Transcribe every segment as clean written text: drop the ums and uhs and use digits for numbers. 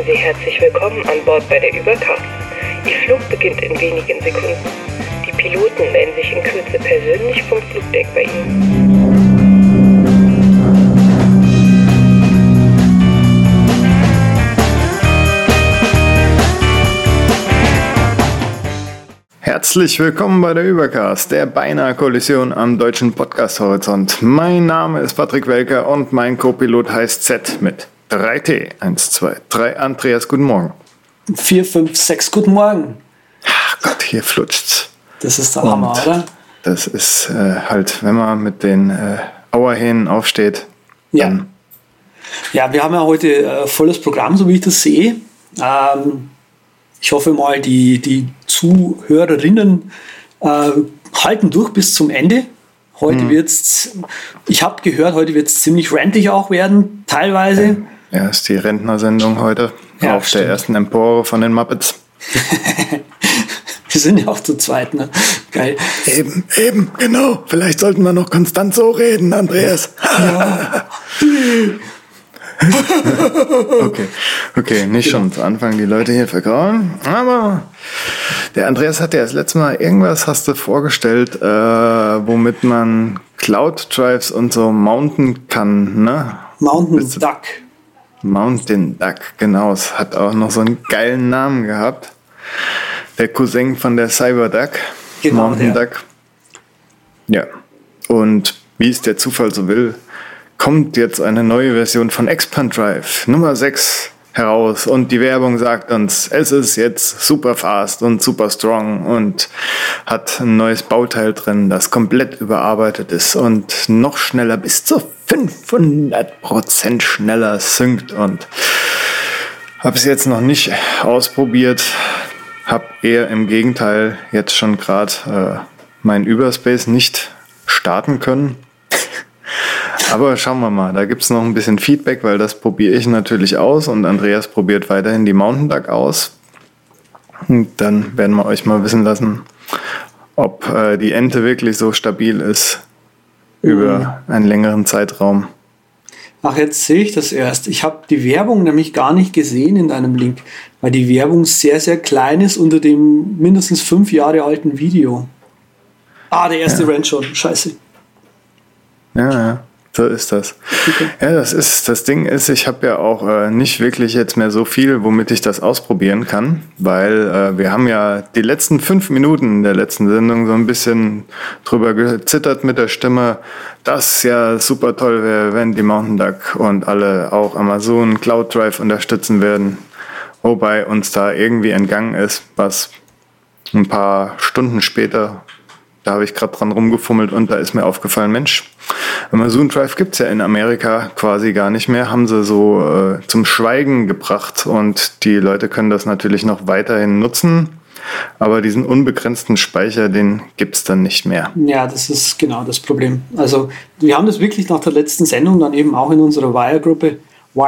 Sie herzlich willkommen an Bord bei der Übercast. Ihr Flug beginnt in wenigen Sekunden. Die Piloten melden sich in Kürze persönlich vom Flugdeck bei Ihnen. Herzlich willkommen bei der Übercast, der Beinahe-Kollision am deutschen Podcast-Horizont. Mein Name ist Patrick Welker und mein Co-Pilot heißt Z mit 3T. 1, 2, 3. Andreas, guten Morgen. 4, 5, 6, guten Morgen. Ach Gott, hier flutscht's. Das ist der Hammer, oder? Das ist halt, wenn man mit den Auerhähnen aufsteht. Ja. Ja, wir haben ja heute volles Programm, so wie ich das sehe. Ich hoffe mal, die Zuhörerinnen halten durch bis zum Ende. Heute wird's, ich habe gehört, heute wird es ziemlich rantig auch werden, teilweise. Ja, ist die Rentnersendung heute Ja, auf stimmt. der ersten Empore von den Muppets. Wir sind ja auch zu zweit, ne? Geil. Eben, genau. Vielleicht sollten wir noch konstant so reden, Andreas. Ja. Okay, nicht schon zu Anfang die Leute hier vergrauen. Aber der Andreas hat ja das letzte Mal irgendwas hast du vorgestellt, womit man Cloud Drives und so mounten kann, ne? Mountain Duck, genau. Es hat auch noch so einen geilen Namen gehabt. Der Cousin von der Cyberduck. Genau, Mountain der. Duck. Ja. Und wie es der Zufall so will, kommt jetzt eine neue Version von Expand Drive Nummer 6 heraus und die Werbung sagt uns, es ist jetzt super fast und super strong und hat ein neues Bauteil drin, das komplett überarbeitet ist und noch schneller, bis zu 500% schneller synkt und habe es jetzt noch nicht ausprobiert, habe eher im Gegenteil jetzt schon gerade meinen Überspace nicht starten können. Aber schauen wir mal, da gibt es noch ein bisschen Feedback, weil das probiere ich natürlich aus und Andreas probiert weiterhin die Mountain Duck aus. Und dann werden wir euch mal wissen lassen, ob die Ente wirklich so stabil ist über einen längeren Zeitraum. Ach, jetzt sehe ich das erst. Ich habe die Werbung nämlich gar nicht gesehen in deinem Link, weil die Werbung sehr, sehr klein ist unter dem mindestens 5 Jahre alten Video. Ah, der erste Rant schon. Scheiße. Ja, so ist das. Okay. Ja, das Ding ist, ich habe ja auch nicht wirklich jetzt mehr so viel, womit ich das ausprobieren kann, weil wir haben ja die letzten 5 Minuten der letzten Sendung so ein bisschen drüber gezittert mit der Stimme, dass ja super toll wäre, wenn die Mountain Duck und alle auch Amazon Cloud Drive unterstützen werden, wobei uns da irgendwie entgangen ist, was ein paar Stunden später, da habe ich gerade dran rumgefummelt und da ist mir aufgefallen, Mensch, Amazon Drive gibt's ja in Amerika quasi gar nicht mehr, haben sie so zum Schweigen gebracht und die Leute können das natürlich noch weiterhin nutzen, aber diesen unbegrenzten Speicher, den gibt's dann nicht mehr. Ja, das ist genau das Problem. Also wir haben das wirklich nach der letzten Sendung dann eben auch in unserer Wire-Gruppe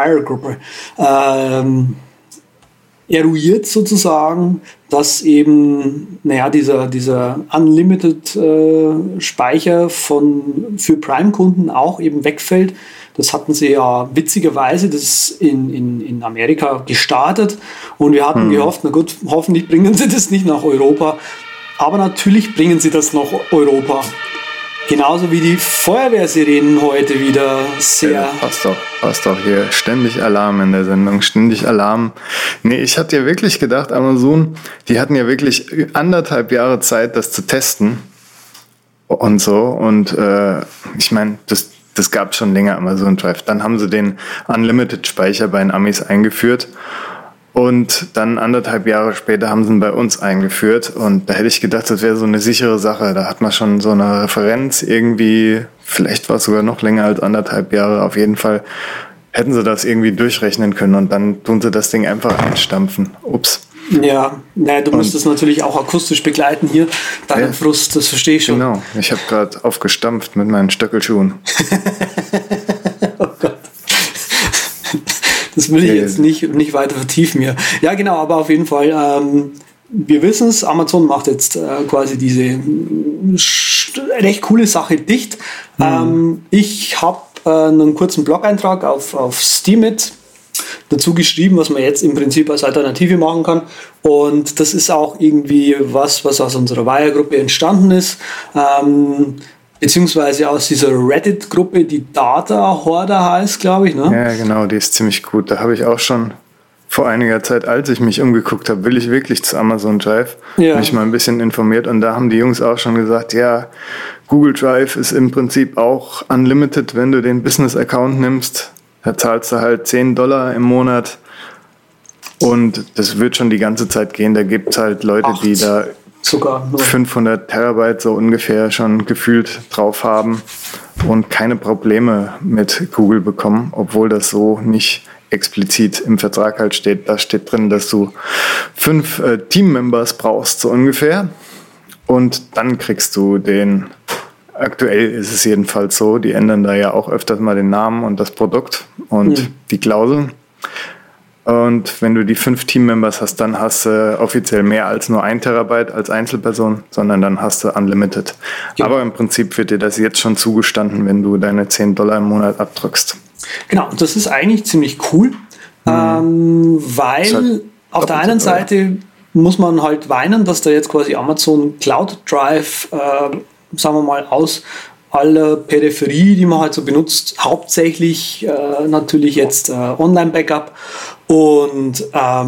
eruiert sozusagen, dass eben, dieser Unlimited Speicher für Prime-Kunden auch eben wegfällt. Das hatten sie ja witzigerweise das in Amerika gestartet und wir hatten gehofft, na gut, hoffentlich bringen sie das nicht nach Europa. Aber natürlich bringen sie das nach Europa. Genauso wie die Feuerwehrsirenen heute wieder sehr... Ja, passt doch hier. Ständig Alarm in der Sendung, ständig Alarm. Nee, ich hatte ja wirklich gedacht, Amazon, die hatten ja wirklich 1,5 Jahre Zeit, das zu testen und so. Und ich meine, das gab schon länger, Amazon Drive. Dann haben sie den Unlimited-Speicher bei den Amis eingeführt. Und dann 1,5 Jahre später haben sie ihn bei uns eingeführt. Und da hätte ich gedacht, das wäre so eine sichere Sache. Da hat man schon so eine Referenz irgendwie, vielleicht war es sogar noch länger als 1,5 Jahre. Auf jeden Fall hätten sie das irgendwie durchrechnen können. Und dann tun sie das Ding einfach einstampfen. Ups. Ja, du musst es natürlich auch akustisch begleiten hier. Deinen Frust, das verstehe ich schon. Genau, ich habe gerade aufgestampft mit meinen Stöckelschuhen. Oh Gott. Das will ich jetzt nicht weiter vertiefen hier. Ja, genau, aber auf jeden Fall, wir wissen es, Amazon macht jetzt quasi diese recht coole Sache dicht. Ich habe einen kurzen Blog-Eintrag auf Steemit dazu geschrieben, was man jetzt im Prinzip als Alternative machen kann. Und das ist auch irgendwie was aus unserer Wire-Gruppe entstanden ist. Beziehungsweise aus dieser Reddit-Gruppe, die Data Hoarder heißt, glaube ich. Ne? Ja, genau, die ist ziemlich gut. Da habe ich auch schon vor einiger Zeit, als ich mich umgeguckt habe, will ich wirklich zu Amazon Drive, mich mal ein bisschen informiert. Und da haben die Jungs auch schon gesagt, ja, Google Drive ist im Prinzip auch unlimited, wenn du den Business-Account nimmst. Da zahlst du halt $10 im Monat. Und das wird schon die ganze Zeit gehen. Da gibt es halt Leute, die da sogar 500 Terabyte so ungefähr schon gefühlt drauf haben und keine Probleme mit Google bekommen, obwohl das so nicht explizit im Vertrag halt steht. Da steht drin, dass du 5 Team-Members brauchst, so ungefähr. Und dann kriegst du den, aktuell ist es jedenfalls so, die ändern da ja auch öfters mal den Namen und das Produkt und die Klauseln. Und wenn du die 5 Team-Members hast, dann hast du offiziell mehr als nur 1 Terabyte als Einzelperson, sondern dann hast du Unlimited. Ja. Aber im Prinzip wird dir das jetzt schon zugestanden, wenn du deine $10 im Monat abdrückst. Genau, das ist eigentlich ziemlich cool, weil halt auf der einen Seite muss man halt weinen, dass da jetzt quasi Amazon Cloud Drive, sagen wir mal, aus aller Peripherie, die man halt so benutzt, hauptsächlich natürlich jetzt Online-Backup und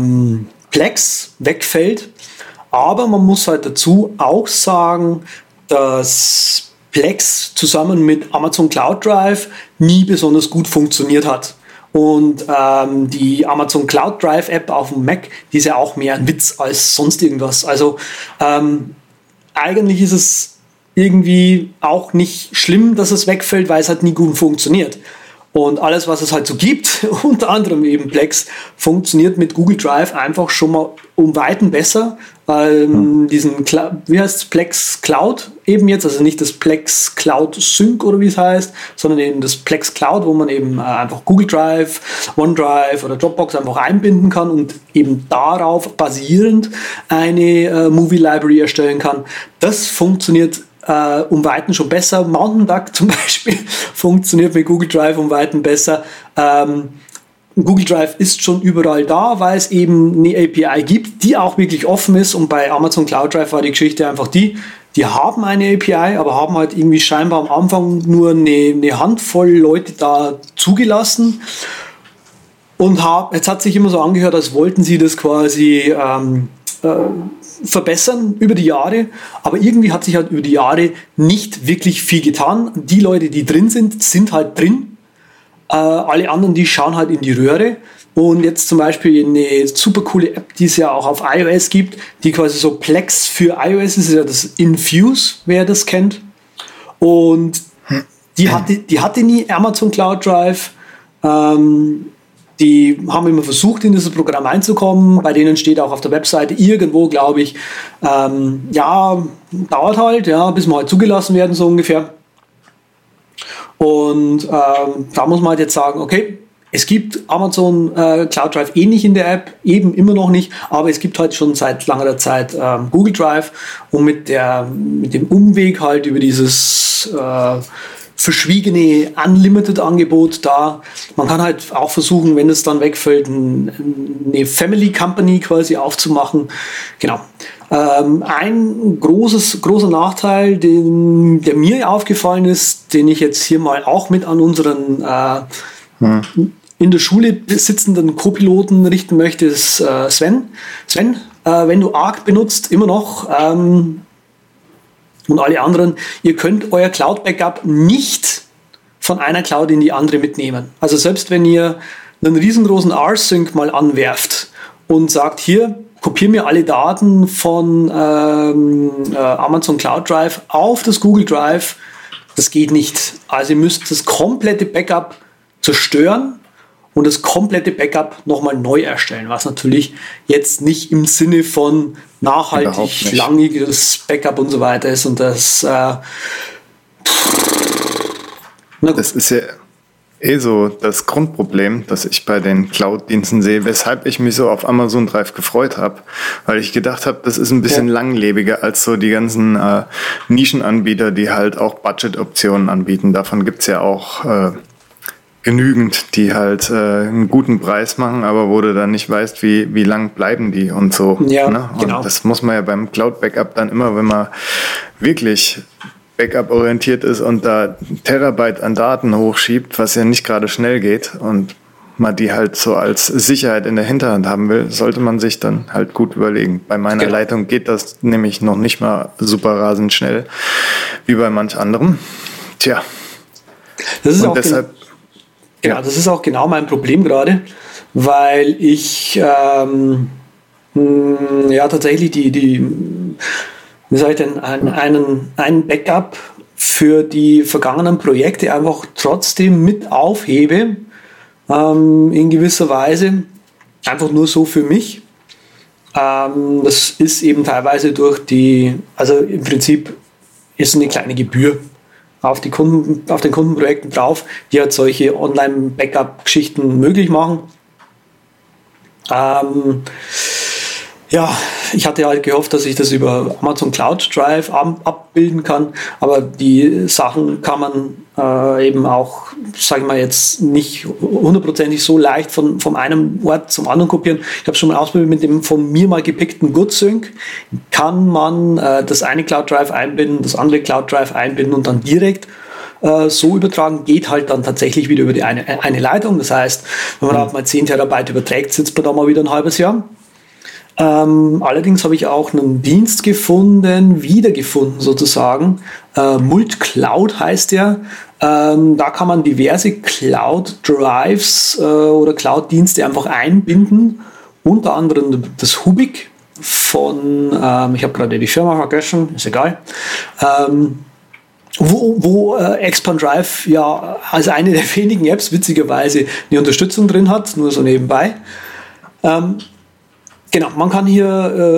Plex wegfällt. Aber man muss halt dazu auch sagen, dass Plex zusammen mit Amazon Cloud Drive nie besonders gut funktioniert hat. Und die Amazon Cloud Drive App auf dem Mac, die ist ja auch mehr ein Witz als sonst irgendwas. Also eigentlich ist es irgendwie auch nicht schlimm, dass es wegfällt, weil es halt nie gut funktioniert. Und alles, was es halt so gibt, unter anderem eben Plex, funktioniert mit Google Drive einfach schon mal um Weiten besser. Diesen, wie heißt es, Plex Cloud eben jetzt, also nicht das Plex Cloud Sync oder wie es heißt, sondern eben das Plex Cloud, wo man eben einfach Google Drive, OneDrive oder Dropbox einfach einbinden kann und eben darauf basierend eine Movie Library erstellen kann. Das funktioniert um Weiten schon besser. Mountain Duck zum Beispiel funktioniert mit Google Drive um Weiten besser. Google Drive ist schon überall da, weil es eben eine API gibt, die auch wirklich offen ist. Und bei Amazon Cloud Drive war die Geschichte einfach die haben eine API, aber haben halt irgendwie scheinbar am Anfang nur eine Handvoll Leute da zugelassen. Und jetzt hat sich immer so angehört, als wollten sie das quasi verbessern über die Jahre, aber irgendwie hat sich halt über die Jahre nicht wirklich viel getan. Die Leute, die drin sind, sind halt drin. Alle anderen, die schauen halt in die Röhre. Und jetzt zum Beispiel eine super coole App, die es ja auch auf iOS gibt, die quasi so Plex für iOS ist ja das Infuse, wer das kennt. Und die hatte nie Amazon Cloud Drive. Die haben immer versucht, in dieses Programm einzukommen. Bei denen steht auch auf der Webseite irgendwo, glaube ich, dauert halt, bis wir halt zugelassen werden, so ungefähr. Und da muss man halt jetzt sagen, okay, es gibt Amazon Cloud Drive nicht in der App, eben immer noch nicht, aber es gibt halt schon seit langer Zeit Google Drive und mit dem Umweg halt über dieses verschwiegene Unlimited-Angebot da. Man kann halt auch versuchen, wenn es dann wegfällt, eine Family Company quasi aufzumachen. Genau. Ein großer Nachteil, der mir aufgefallen ist, den ich jetzt hier mal auch mit an unseren in der Schule sitzenden Co-Piloten richten möchte, ist Sven. Sven, wenn du Arc benutzt, immer noch, und alle anderen, ihr könnt euer Cloud-Backup nicht von einer Cloud in die andere mitnehmen. Also selbst wenn ihr einen riesengroßen rsync mal anwerft und sagt, hier, kopiere mir alle Daten von Amazon Cloud Drive auf das Google Drive, das geht nicht. Also ihr müsst das komplette Backup zerstören und das komplette Backup nochmal neu erstellen, was natürlich jetzt nicht im Sinne von nachhaltig langiges Backup und so weiter ist. Und das das ist ja so das Grundproblem, das ich bei den Cloud-Diensten sehe, weshalb ich mich so auf Amazon Drive gefreut habe, weil ich gedacht habe, das ist ein bisschen langlebiger als so die ganzen Nischenanbieter, die halt auch Budget-Optionen anbieten. Davon gibt es ja auch genügend, die halt einen guten Preis machen, aber wo du dann nicht weißt, wie lang bleiben die und so. Ja, ne? Und genau. das muss man ja beim Cloud-Backup dann immer, wenn man wirklich Backup-orientiert ist und da Terabyte an Daten hochschiebt, was ja nicht gerade schnell geht und man die halt so als Sicherheit in der Hinterhand haben will, sollte man sich dann halt gut überlegen. Bei meiner Leitung geht das nämlich noch nicht mal super rasend schnell, wie bei manch anderem. Tja. Das ist und auch deshalb... Genau, das ist auch genau mein Problem gerade, weil ich tatsächlich wie soll ich denn, einen Backup für die vergangenen Projekte einfach trotzdem mit aufhebe, in gewisser Weise, einfach nur so für mich. Das ist eben teilweise also im Prinzip ist eine kleine Gebühr auf den Kundenprojekten drauf, die halt solche Online-Backup-Geschichten möglich machen. Ich hatte halt gehofft, dass ich das über Amazon Cloud Drive abbilden kann, aber die Sachen kann man eben auch, sage ich mal, jetzt nicht hundertprozentig so leicht vom einen Ort zum anderen kopieren. Ich habe schon mal ausprobiert mit dem von mir mal gepickten GoodSync, kann man das eine Cloud Drive einbinden, das andere Cloud Drive einbinden und dann direkt so übertragen, geht halt dann tatsächlich wieder über die eine Leitung. Das heißt, wenn man halt mal 10 Terabyte überträgt, sitzt man da mal wieder ein halbes Jahr. Allerdings habe ich auch einen Dienst wiedergefunden sozusagen. Multcloud heißt der. Da kann man diverse Cloud-Drives oder Cloud-Dienste einfach einbinden. Unter anderem das Hubik von, ich habe gerade die Firma vergessen, ist egal. Wo Expand Drive ja als eine der wenigen Apps witzigerweise eine Unterstützung drin hat, nur so nebenbei. Genau, man kann hier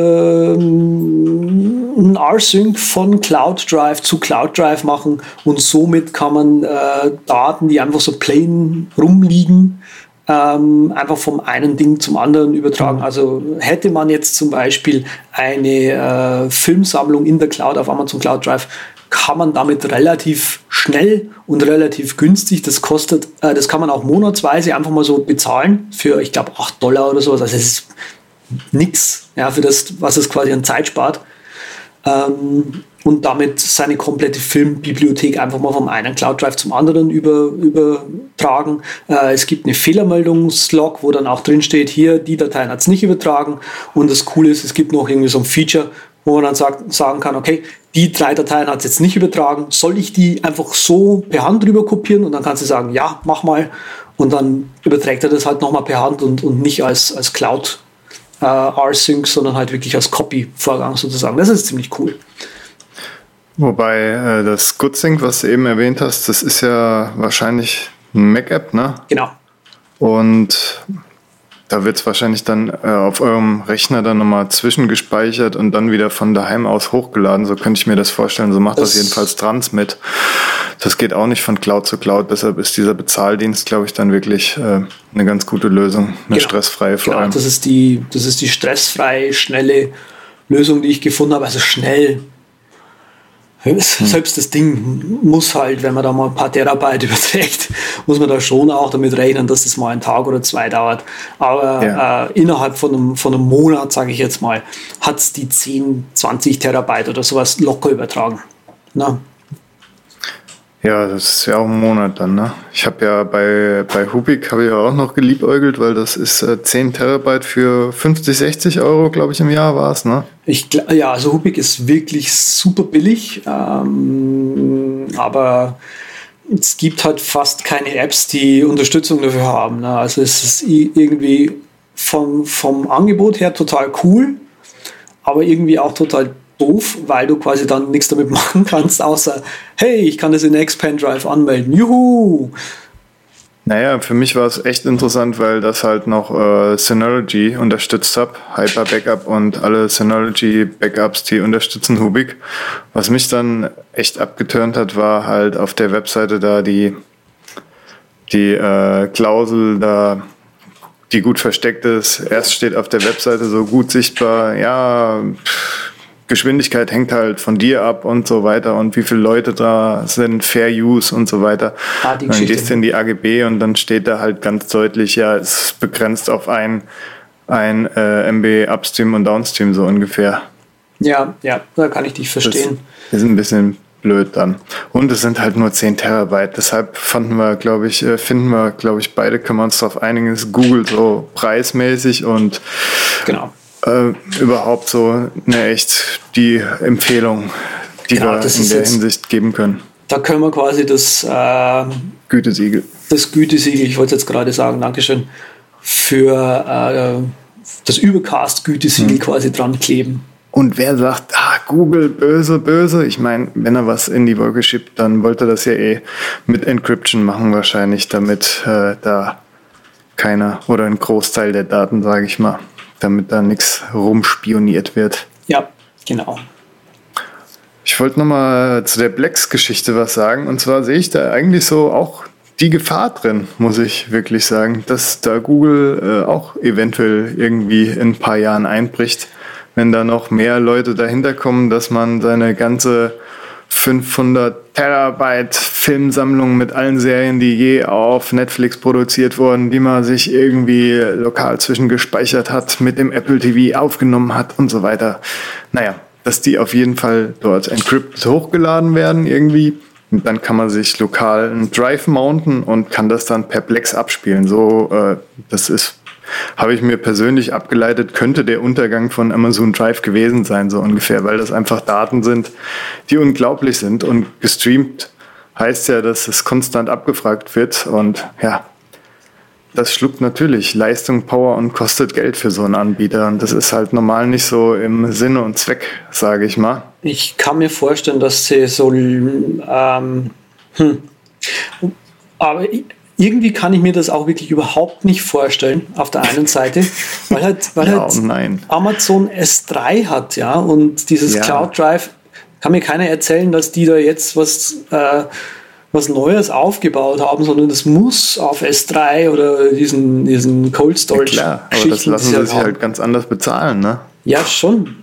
ein R-Sync von Cloud Drive zu Cloud Drive machen und somit kann man Daten, die einfach so plain rumliegen, einfach vom einen Ding zum anderen übertragen. Also hätte man jetzt zum Beispiel eine Filmsammlung in der Cloud auf Amazon Cloud Drive, kann man damit relativ schnell und relativ günstig, das kann man auch monatsweise einfach mal so bezahlen für, ich glaube, $8 oder sowas. Also es ist nix, ja, für das, was es quasi an Zeit spart. Und damit seine komplette Filmbibliothek einfach mal vom einen Cloud Drive zum anderen übertragen. Es gibt eine Fehlermeldungslog, wo dann auch drin steht, hier, die Dateien hat es nicht übertragen. Und das Coole ist, es gibt noch irgendwie so ein Feature, wo man dann sagen kann, okay, die 3 Dateien hat es jetzt nicht übertragen, soll ich die einfach so per Hand rüber kopieren? Und dann kannst du sagen, ja, mach mal. Und dann überträgt er das halt nochmal per Hand und nicht als Cloud R-Sync, sondern halt wirklich als Copy-Vorgang sozusagen. Das ist ziemlich cool. Wobei das GoodSync, was du eben erwähnt hast, das ist ja wahrscheinlich eine Mac-App, ne? Genau. Und da wird es wahrscheinlich dann auf eurem Rechner dann nochmal zwischengespeichert und dann wieder von daheim aus hochgeladen. So könnte ich mir das vorstellen. So macht das jedenfalls Transmit. Das geht auch nicht von Cloud zu Cloud. Deshalb ist dieser Bezahldienst, glaube ich, dann wirklich eine ganz gute Lösung. Eine stressfreie vor allem. Das ist die stressfreie, schnelle Lösung, die ich gefunden habe. Also schnell. Selbst das Ding muss halt, wenn man da mal ein paar Terabyte überträgt, muss man da schon auch damit rechnen, dass das mal einen Tag oder 2 dauert. Aber innerhalb von einem Monat, sage ich jetzt mal, hat es die 10, 20 Terabyte oder sowas locker übertragen. Na? Ja, das ist ja auch ein Monat dann, ne? Ich habe ja bei Hubik habe ich ja auch noch geliebäugelt, weil das ist 10 Terabyte für 50, 60 Euro, glaube ich, im Jahr war es, ne? Also Hubik ist wirklich super billig, aber es gibt halt fast keine Apps, die Unterstützung dafür haben. Ne? Also es ist irgendwie vom Angebot her total cool, aber irgendwie auch total doof, weil du quasi dann nichts damit machen kannst, außer, hey, ich kann das in Expand Drive anmelden. Juhu! Naja, für mich war es echt interessant, weil das halt noch Synology unterstützt hat, Hyper Backup und alle Synology Backups, die unterstützen Hubik. Was mich dann echt abgeturnt hat, war halt auf der Webseite da die Klausel da, die gut versteckt ist. Erst steht auf der Webseite so gut sichtbar, ja, Geschwindigkeit hängt halt von dir ab und so weiter und wie viele Leute da sind, Fair Use und so weiter. Dann gehst du in die AGB und dann steht da halt ganz deutlich, ja, es ist begrenzt auf ein MB Upstream und Downstream so ungefähr. Ja, da kann ich dich verstehen. Das ist ein bisschen blöd dann. Und es sind halt nur 10 Terabyte. Deshalb finden wir, glaube ich, beide, können wir uns darauf einigen, ist Google so preismäßig und genau. Überhaupt so echt die Empfehlung, die wir in der Hinsicht geben können. Da können wir quasi das Gütesiegel. Ich wollte es jetzt gerade sagen, Dankeschön, für das Übercast-Gütesiegel quasi dran kleben. Und wer sagt, Google, böse, ich meine, wenn er was in die Wolke schiebt, dann wollte er das ja mit Encryption machen wahrscheinlich, damit da keiner oder ein Großteil der Daten, sage ich mal, damit da nichts rumspioniert wird. Ja, genau. Ich wollte nochmal zu der Plex-Geschichte was sagen, und zwar sehe ich da eigentlich so auch die Gefahr drin, muss ich wirklich sagen, dass da Google auch eventuell irgendwie in ein paar Jahren einbricht, wenn da noch mehr Leute dahinter kommen, dass man seine ganze 500 Terabyte Filmsammlung mit allen Serien, die je auf Netflix produziert wurden, die man sich irgendwie lokal zwischengespeichert hat, mit dem Apple TV aufgenommen hat und so weiter. Naja, dass die auf jeden Fall dort encrypted hochgeladen werden irgendwie. Und dann kann man sich lokal einen Drive mounten und kann das dann per Plex abspielen. So, habe ich mir persönlich abgeleitet, könnte der Untergang von Amazon Drive gewesen sein, so ungefähr, weil das einfach Daten sind, die unglaublich sind, und gestreamt heißt ja, dass es konstant abgefragt wird, und ja, das schluckt natürlich Leistung, Power und kostet Geld für so einen Anbieter, und das ist halt normal nicht so im Sinne und Zweck, sage ich mal. Ich kann mir vorstellen, dass sie so aber irgendwie kann ich mir das auch wirklich überhaupt nicht vorstellen, auf der einen Seite, weil halt Amazon S3 hat, ja, und dieses Cloud Drive, kann mir keiner erzählen, dass die da jetzt was Neues aufgebaut haben, sondern das muss auf S3 oder diesen Cold Storage. Ja, klar, aber das lassen sie sich halt ganz anders bezahlen, ne? Ja, schon.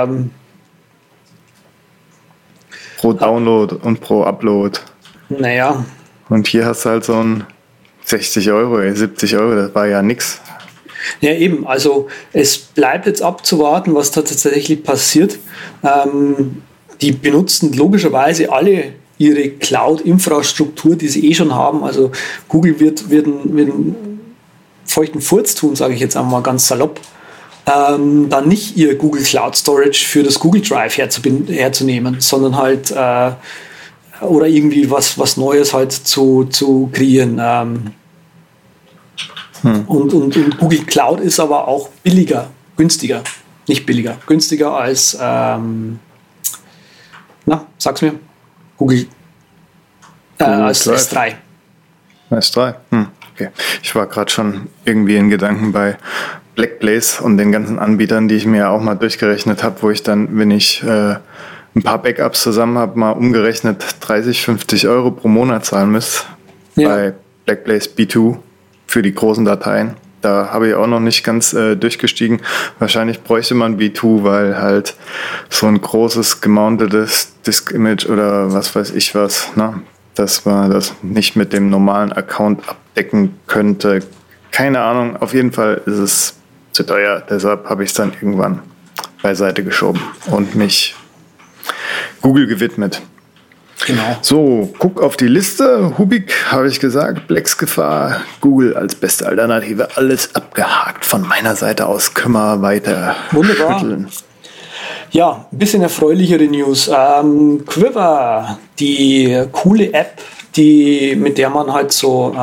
Pro Download und pro Upload. Naja. Und hier hast du halt so ein 60 Euro, 70 Euro, das war ja nix. Ja, eben. Also es bleibt jetzt abzuwarten, was da tatsächlich passiert. Die benutzen logischerweise alle ihre Cloud-Infrastruktur, die sie schon haben. Also Google wird einen feuchten Furz tun, sage ich jetzt einmal ganz salopp, dann nicht ihr Google Cloud Storage für das Google Drive herzunehmen, sondern halt oder irgendwie was Neues halt zu kreieren. Und Google Cloud ist aber auch günstiger als sag's mir. Google als S3. S3? Okay. Ich war gerade schon irgendwie in Gedanken bei Blackblaze und den ganzen Anbietern, die ich mir auch mal durchgerechnet habe, wo ich dann, wenn ich ein paar Backups zusammen habe, mal umgerechnet 30, 50 Euro pro Monat zahlen müsste bei Blackblaze B2 für die großen Dateien. Da habe ich auch noch nicht ganz durchgestiegen. Wahrscheinlich bräuchte man B2, weil halt so ein großes gemountetes Disk-Image oder was weiß ich was, ne, dass man das nicht mit dem normalen Account abdecken könnte. Keine Ahnung, auf jeden Fall ist es zu teuer. Deshalb habe ich es dann irgendwann beiseite geschoben und mich Google gewidmet. Genau. So, guck auf die Liste. Hubik, habe ich gesagt, Plex-Gefahr, Google als beste Alternative, alles abgehakt von meiner Seite aus. Können wir weiter schütteln. Ja, ein bisschen erfreulichere News. Quiver, die coole App, mit der man halt so,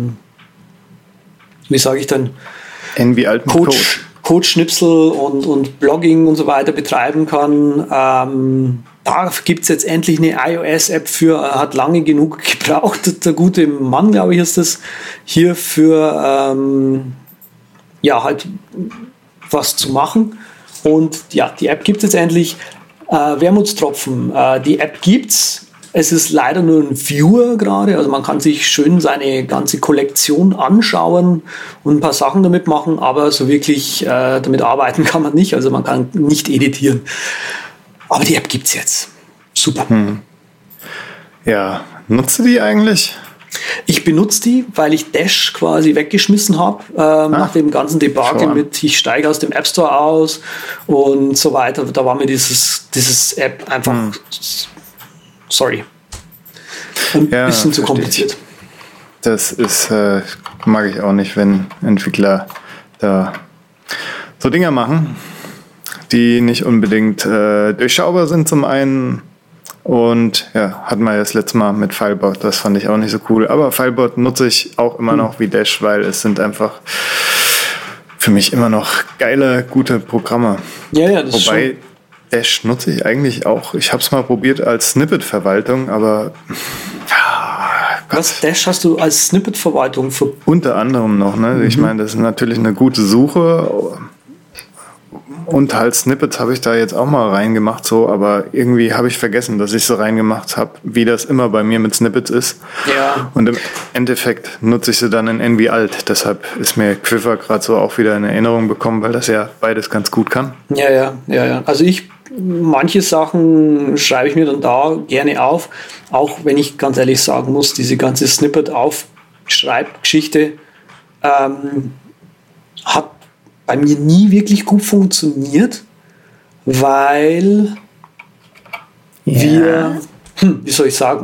wie sage ich denn, Code-Schnipsel und Blogging und so weiter betreiben kann. Da gibt es jetzt endlich eine iOS-App für, hat lange genug gebraucht. Der gute Mann, glaube ich, ist das, hier für halt was zu machen. Und ja, die App gibt es jetzt endlich. Wermutstropfen, die App gibt's. Es ist leider nur ein Viewer gerade, also man kann sich schön seine ganze Kollektion anschauen und ein paar Sachen damit machen, aber so wirklich damit arbeiten kann man nicht, also man kann nicht editieren. Aber die App gibt es jetzt. Super. Ja, nutzt du die eigentlich? Ich benutze die, weil ich Dash quasi weggeschmissen habe, nach dem ganzen Debakel mit, ich steige aus dem App Store aus und so weiter. Da war mir dieses App einfach, ein bisschen zu kompliziert. Das ist, mag ich auch nicht, wenn Entwickler da so Dinger machen, die nicht unbedingt durchschaubar sind zum einen. Und ja, hatten wir das letzte Mal mit Filebot, das fand ich auch nicht so cool. Aber Filebot nutze ich auch immer noch wie Dash, weil es sind einfach für mich immer noch geile, gute Programme. Ja, das Wobei schon. Dash nutze ich eigentlich auch. Ich habe es mal probiert als Snippet-Verwaltung, aber Was Dash hast du als Snippet-Verwaltung für? unter anderem noch, ne? Ich meine, das ist natürlich eine gute Suche. Und halt Snippets habe ich da jetzt auch mal reingemacht, so, aber irgendwie habe ich vergessen, dass ich so reingemacht habe, wie das immer bei mir mit Snippets ist. Ja. Und im Endeffekt nutze ich sie dann in NV-Alt. Deshalb ist mir Quiver gerade so auch wieder in Erinnerung bekommen, weil das ja beides ganz gut kann. Ja. Also manche Sachen schreibe ich mir dann da gerne auf, auch wenn ich ganz ehrlich sagen muss, diese ganze Snippet-Aufschreibgeschichte hat bei mir nie wirklich gut funktioniert, weil wie soll ich sagen,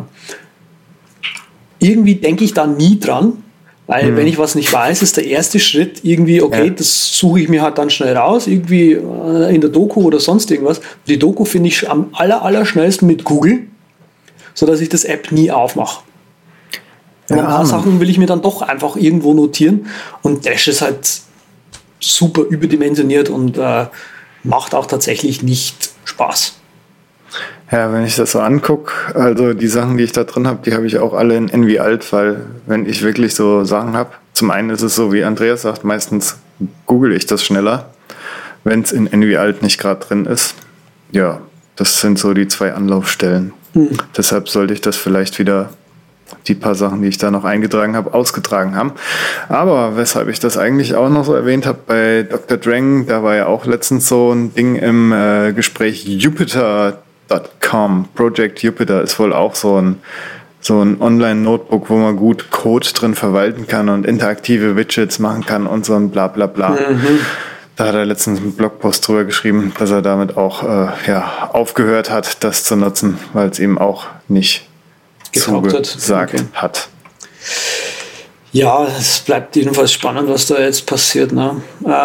irgendwie denke ich da nie dran, weil wenn ich was nicht weiß, ist der erste Schritt irgendwie, das suche ich mir halt dann schnell raus, irgendwie in der Doku oder sonst irgendwas. Die Doku finde ich am allerschnellsten mit Google, sodass ich das App nie aufmache. Und ein paar Sachen will ich mir dann doch einfach irgendwo notieren und Dash ist halt super überdimensioniert und macht auch tatsächlich nicht Spaß. Ja, wenn ich das so angucke, also die Sachen, die ich da drin habe, die habe ich auch alle in NV-Alt, weil wenn ich wirklich so Sachen habe, zum einen ist es so, wie Andreas sagt, meistens google ich das schneller, wenn es in NV-Alt nicht gerade drin ist. Ja, das sind so die 2 Anlaufstellen. Deshalb sollte ich das vielleicht wieder, die paar Sachen, die ich da noch eingetragen habe, ausgetragen haben. Aber weshalb ich das eigentlich auch noch so erwähnt habe, bei Dr. Drang, da war ja auch letztens so ein Ding im Gespräch, Jupyter.com. Project Jupyter ist wohl auch so ein Online-Notebook, wo man gut Code drin verwalten kann und interaktive Widgets machen kann und so ein bla bla bla. Da hat er letztens einen Blogpost drüber geschrieben, dass er damit auch aufgehört hat, das zu nutzen, weil es ihm auch nicht zugesagt hat. Ja, es bleibt jedenfalls spannend, was da jetzt passiert. Ne?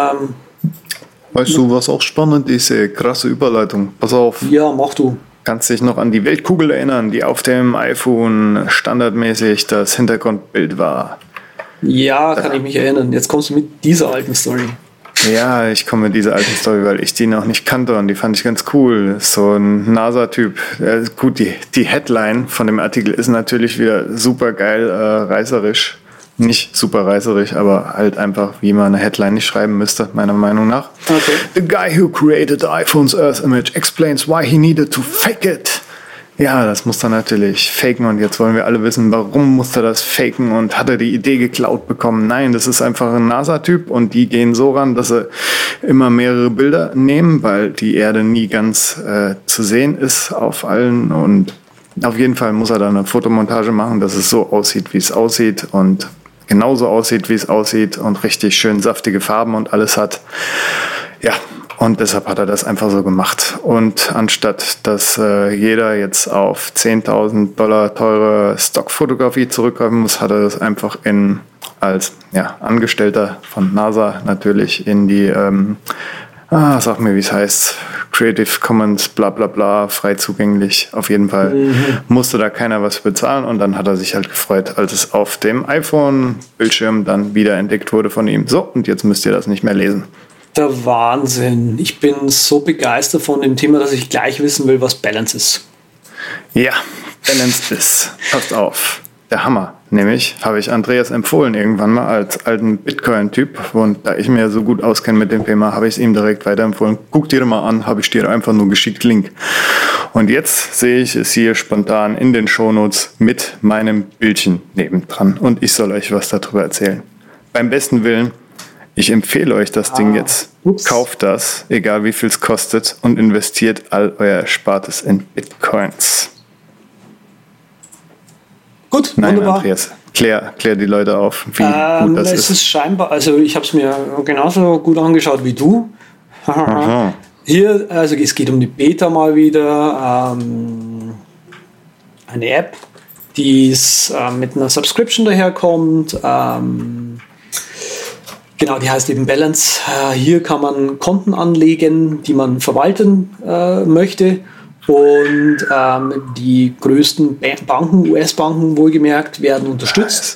Weißt du, was auch spannend ist? Krasse Überleitung. Pass auf. Ja, mach du. Kannst dich noch an die Weltkugel erinnern, die auf dem iPhone standardmäßig das Hintergrundbild war? Ja, kann ich mich erinnern. Jetzt kommst du mit dieser alten Story. Ja, ich komme mit dieser alten Story, weil ich die noch nicht kannte und die fand ich ganz cool. So ein NASA-Typ. Gut, die Headline von dem Artikel ist natürlich wieder super geil reißerisch. Nicht super reißerisch, aber halt einfach, wie man eine Headline nicht schreiben müsste, meiner Meinung nach. Okay. The guy who created the iPhone's Earth image explains why he needed to fake it. Ja, das muss er natürlich faken und jetzt wollen wir alle wissen, warum musste er das faken und hat er die Idee geklaut bekommen? Nein, das ist einfach ein NASA-Typ und die gehen so ran, dass sie immer mehrere Bilder nehmen, weil die Erde nie ganz zu sehen ist auf allen und auf jeden Fall muss er dann eine Fotomontage machen, dass es so aussieht, wie es aussieht und genauso aussieht, wie es aussieht und richtig schön saftige Farben und alles hat. Ja, und deshalb hat er das einfach so gemacht. Und anstatt, dass jeder jetzt auf $10.000 teure Stockfotografie zurückgreifen muss, hat er das einfach als Angestellter von NASA natürlich in die, sag mir, wie es heißt, Creative Commons, bla bla bla, frei zugänglich. Auf jeden Fall musste da keiner was bezahlen und dann hat er sich halt gefreut, als es auf dem iPhone-Bildschirm dann wiederentdeckt wurde von ihm. So, und jetzt müsst ihr das nicht mehr lesen. Der Wahnsinn. Ich bin so begeistert von dem Thema, dass ich gleich wissen will, was Balance ist. Ja, Balance ist. Passt auf. Der Hammer. Nämlich habe ich Andreas empfohlen irgendwann mal als alten Bitcoin-Typ. Und da ich mir so gut auskenne mit dem Thema, habe ich es ihm direkt weiterempfohlen. Guck dir mal an, habe ich dir einfach nur geschickt Link. Und jetzt sehe ich es hier spontan in den Shownotes mit meinem Bildchen nebendran. Und ich soll euch was darüber erzählen. Beim besten Willen, Ich empfehle euch das Ding jetzt. Kauft das, egal wie viel es kostet, und investiert all euer Erspartes in Bitcoins. Gut, Nein, wunderbar. Andreas, klär die Leute auf, wie gut das es ist. ist scheinbar, also ich habe es mir genauso gut angeschaut wie du. Hier, also es geht um die Beta mal wieder. Eine App, die mit einer Subscription daherkommt. Genau, die heißt eben Balance. Hier kann man Konten anlegen, die man verwalten möchte. Und die größten Banken, US-Banken wohlgemerkt, werden unterstützt.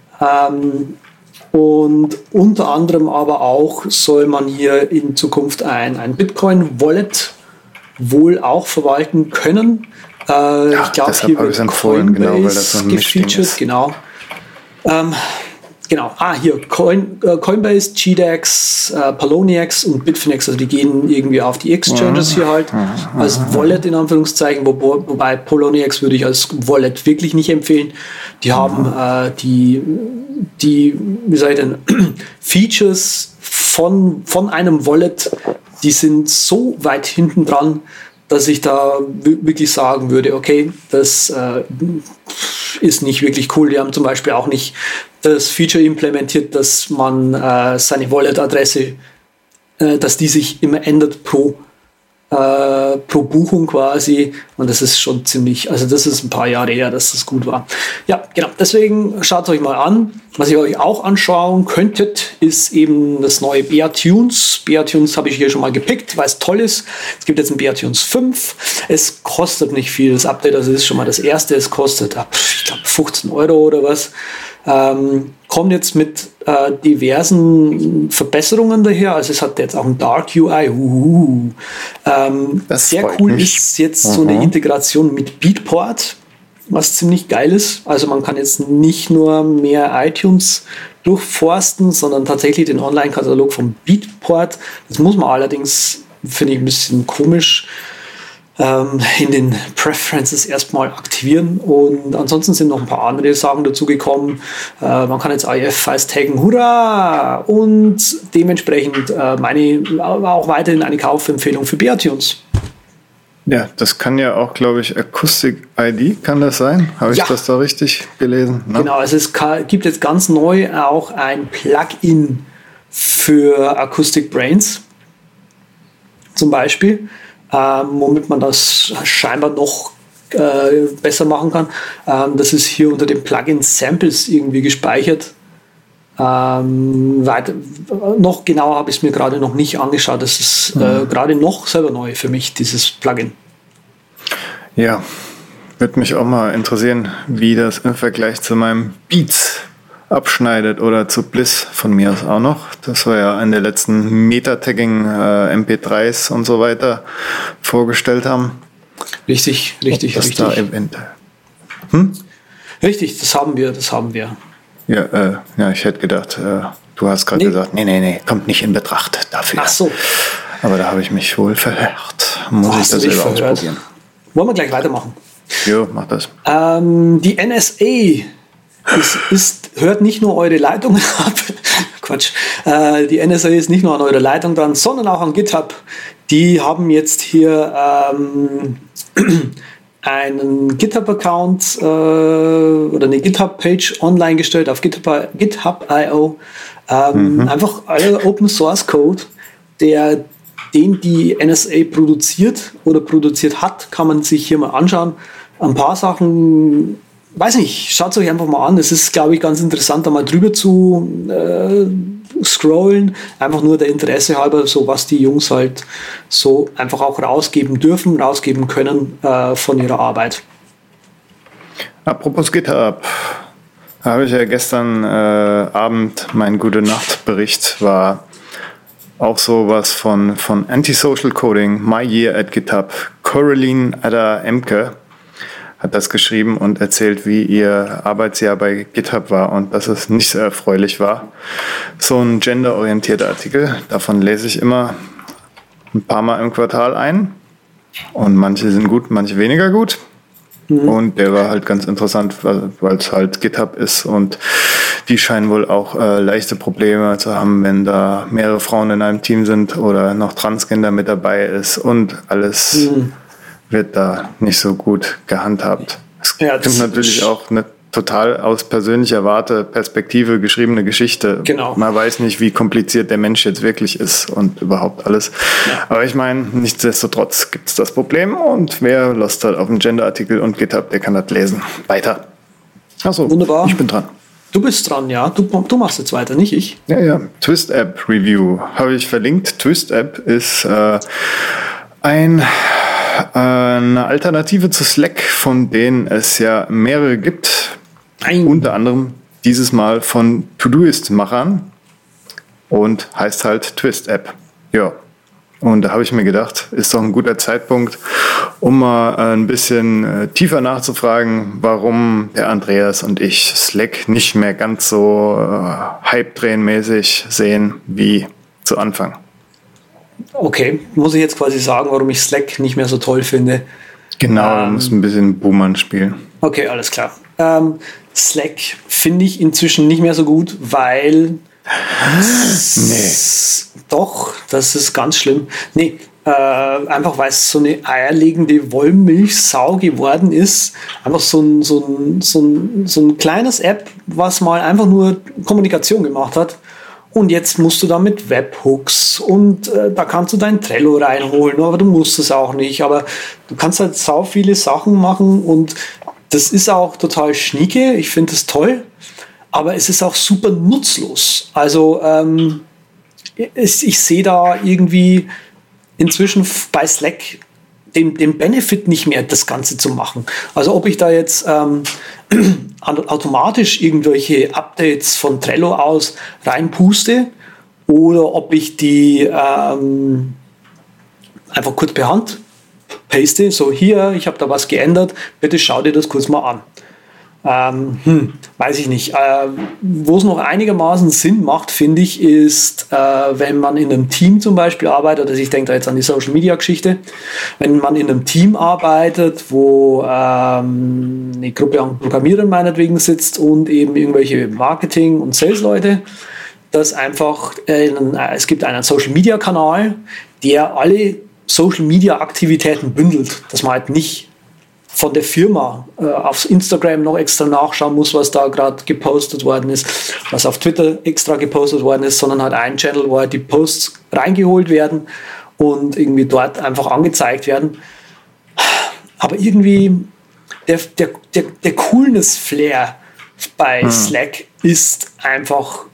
Und unter anderem aber auch soll man hier in Zukunft ein Bitcoin-Wallet wohl auch verwalten können. Ich glaube, hier wird empfohlen, genau, weil das so ein gefeatured, ist. Genau. Genau. Hier Coinbase, GDAX, Poloniex und Bitfinex, also die gehen irgendwie auf die Exchanges hier halt als Wallet in Anführungszeichen, wobei Poloniex würde ich als Wallet wirklich nicht empfehlen. Die haben die wie soll ich denn, Features von einem Wallet, die sind so weit hinten dran, dass ich da wirklich sagen würde, okay, das ist nicht wirklich cool. Die haben zum Beispiel auch nicht das Feature implementiert, dass man seine Wallet-Adresse, dass die sich immer ändert pro Buchung quasi. Und das ist schon ziemlich, also das ist ein paar Jahre her, dass das gut war. Ja, genau. Deswegen schaut es euch mal an. Was ihr euch auch anschauen könntet, ist eben das neue BearTunes. BearTunes habe ich hier schon mal gepickt, weil es toll ist. Es gibt jetzt ein BearTunes 5. Es kostet nicht viel, das Update. Also ist schon mal das erste. Es kostet, ich glaube, 15 € oder was. Kommt jetzt mit diversen Verbesserungen daher. Also es hat jetzt auch ein Dark UI. Sehr cool ist jetzt so eine Integration mit Beatport, was ziemlich geil ist. Also man kann jetzt nicht nur mehr iTunes durchforsten, sondern tatsächlich den Online-Katalog vom Beatport. Das muss man allerdings, finde ich, ein bisschen komisch in den Preferences erstmal aktivieren, und ansonsten sind noch ein paar andere Sachen dazu gekommen. Man kann jetzt IF-Files taggen, hurra! Und dementsprechend auch weiterhin eine Kaufempfehlung für BearTunes. Ja, das kann ja auch, glaube ich, Acoustic ID, kann das sein? Habe ich das da richtig gelesen? Ne? Genau, also es gibt jetzt ganz neu auch ein Plugin für Acoustic Brains zum Beispiel, womit man das scheinbar noch besser machen kann. Das ist hier unter dem Plugin Samples irgendwie gespeichert. Noch genauer habe ich es mir gerade noch nicht angeschaut. Das ist gerade noch selber neu für mich, dieses Plugin. Ja, würde mich auch mal interessieren, wie das im Vergleich zu meinem Beats abschneidet oder zu Bliss von mir aus auch noch. Das war ja eine der letzten Meta-Tagging MP3s und so weiter vorgestellt haben. Richtig. Da eventuell. Richtig, das haben wir. Ja, ich hätte gedacht, du hast gerade gesagt, nee, kommt nicht in Betracht dafür. Ach so. Aber da habe ich mich wohl verhört. Muss ich das selber ausprobieren. Wollen wir gleich weitermachen? Jo, mach das. Die NSA hört nicht nur eure Leitungen ab. Quatsch. Die NSA ist nicht nur an eurer Leitung dran, sondern auch an GitHub. Die haben jetzt hier einen GitHub-Account oder eine GitHub-Page online gestellt auf GitHub.io. Einfach aller Open-Source-Code, den die NSA produziert oder produziert hat, kann man sich hier mal anschauen. Ein paar Sachen, weiß nicht, schaut es euch einfach mal an. Es ist, glaube ich, ganz interessant, da mal drüber zu scrollen. Einfach nur der Interesse halber, so was die Jungs halt so einfach auch rausgeben können von ihrer Arbeit. Apropos GitHub, habe ich ja gestern Abend, mein Gute-Nacht-Bericht war auch sowas von Antisocial Coding, My Year at GitHub. Coraline Adder-Emke hat das geschrieben und erzählt, wie ihr Arbeitsjahr bei GitHub war und dass es nicht so erfreulich war. So ein genderorientierter Artikel, davon lese ich immer ein paar Mal im Quartal ein. Und manche sind gut, manche weniger gut. Und der war halt ganz interessant, weil es halt GitHub ist und die scheinen wohl auch leichte Probleme zu haben, wenn da mehrere Frauen in einem Team sind oder noch Transgender mit dabei ist und alles wird da nicht so gut gehandhabt. Es gibt natürlich auch eine total aus persönlicher Perspektive geschriebene Geschichte. Genau. Man weiß nicht, wie kompliziert der Mensch jetzt wirklich ist und überhaupt alles. Ja. Aber ich meine, nichtsdestotrotz gibt es das Problem und wer Lust hat auf einen Gender-Artikel und GitHub, der kann das lesen. Weiter. Achso, wunderbar. Ich bin dran. Du bist dran, ja. Du machst jetzt weiter, nicht ich. Ja. Twist-App Review habe ich verlinkt. Twist-App ist eine Alternative zu Slack, von denen es ja mehrere gibt. Unter anderem dieses Mal von Todoist-Machern und heißt halt Twist-App. Ja. Und da habe ich mir gedacht, ist doch ein guter Zeitpunkt, um mal ein bisschen tiefer nachzufragen, warum der Andreas und ich Slack nicht mehr ganz so Hype-Train-mäßig sehen wie zu Anfang. Okay, muss ich jetzt quasi sagen, warum ich Slack nicht mehr so toll finde? Genau, du musst ein bisschen Boomern spielen. Okay, alles klar. Slack finde ich inzwischen nicht mehr so gut, weil doch, das ist ganz schlimm. Einfach weil es so eine eierlegende Wollmilchsau geworden ist. Einfach so ein kleines App, was mal einfach nur Kommunikation gemacht hat. Und jetzt musst du da mit Webhooks und da kannst du dein Trello reinholen, aber du musst es auch nicht. Aber du kannst halt sau viele Sachen machen und das ist auch total schnieke. Ich finde es toll, aber es ist auch super nutzlos. Also ich sehe da irgendwie inzwischen bei Slack den Benefit nicht mehr, das Ganze zu machen. Also ob ich da jetzt automatisch irgendwelche Updates von Trello aus reinpuste oder ob ich die einfach kurz per Hand paste, so hier, ich habe da was geändert, bitte schau dir das kurz mal an. Weiß ich nicht. Wo es noch einigermaßen Sinn macht, finde ich, ist, wenn man in einem Team zum Beispiel arbeitet, also ich denke da jetzt an die Social-Media-Geschichte, wenn man in einem Team arbeitet, wo eine Gruppe an Programmierern meinetwegen sitzt und eben irgendwelche Marketing- und Sales-Leute, dass einfach, es gibt einen Social-Media-Kanal, der alle Social-Media-Aktivitäten bündelt, dass man halt nicht von der Firma auf Instagram noch extra nachschauen muss, was da gerade gepostet worden ist, was auf Twitter extra gepostet worden ist, sondern halt ein Channel, wo halt die Posts reingeholt werden und irgendwie dort einfach angezeigt werden. Aber irgendwie der Coolness-Flair bei Slack ist einfach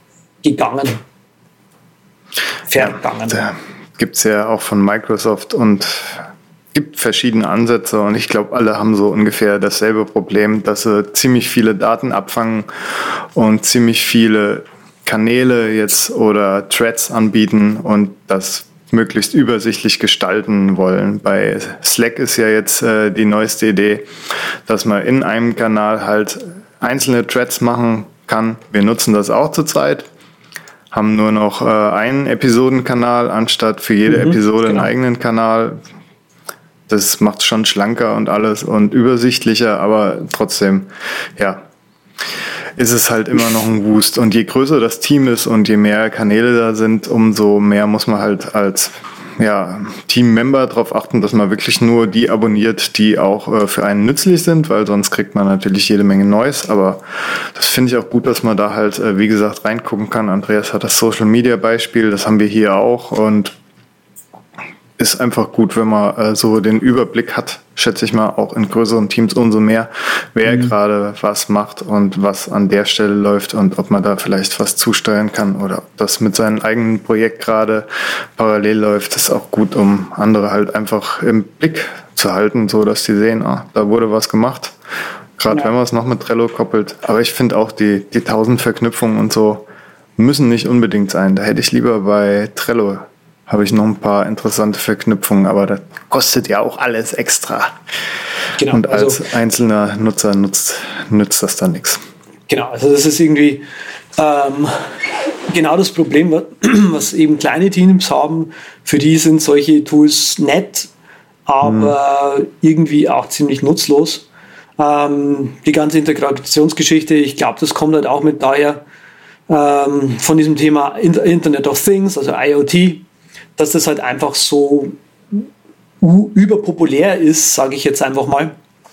vergangen. Da gibt es ja auch von Microsoft und gibt verschiedene Ansätze und ich glaube, alle haben so ungefähr dasselbe Problem, dass sie ziemlich viele Daten abfangen und ziemlich viele Kanäle jetzt oder Threads anbieten und das möglichst übersichtlich gestalten wollen. Bei Slack ist ja jetzt die neueste Idee, dass man in einem Kanal halt einzelne Threads machen kann. Wir nutzen das auch zurzeit, haben nur noch einen Episodenkanal anstatt für jede Episode einen eigenen Kanal. Das macht es schon schlanker und alles und übersichtlicher, aber trotzdem, ja, ist es halt immer noch ein Wust. Und je größer das Team ist und je mehr Kanäle da sind, umso mehr muss man halt als Team-Member darauf achten, dass man wirklich nur die abonniert, die auch für einen nützlich sind, weil sonst kriegt man natürlich jede Menge Neues. Aber das finde ich auch gut, dass man da halt, wie gesagt, reingucken kann. Andreas hat das Social-Media-Beispiel, das haben wir hier auch und ist einfach gut, wenn man so den Überblick hat, schätze ich mal, auch in größeren Teams umso mehr, wer gerade was macht und was an der Stelle läuft und ob man da vielleicht was zusteuern kann oder ob das mit seinem eigenen Projekt gerade parallel läuft. Das ist auch gut, um andere halt einfach im Blick zu halten, so dass die sehen, da wurde was gemacht. Gerade wenn man es noch mit Trello koppelt. Aber ich finde auch die 1000 Verknüpfungen und so müssen nicht unbedingt sein. Da hätte ich lieber bei Trello habe ich noch ein paar interessante Verknüpfungen, aber das kostet ja auch alles extra. Genau, und als einzelner Nutzer nützt das dann nichts. Genau, also das ist irgendwie genau das Problem, was eben kleine Teams haben. Für die sind solche Tools nett, aber irgendwie auch ziemlich nutzlos. Die ganze Integrationsgeschichte, ich glaube, das kommt halt auch mit daher, von diesem Thema Internet of Things, also IoT, dass das halt einfach so überpopulär ist, sage ich jetzt einfach mal.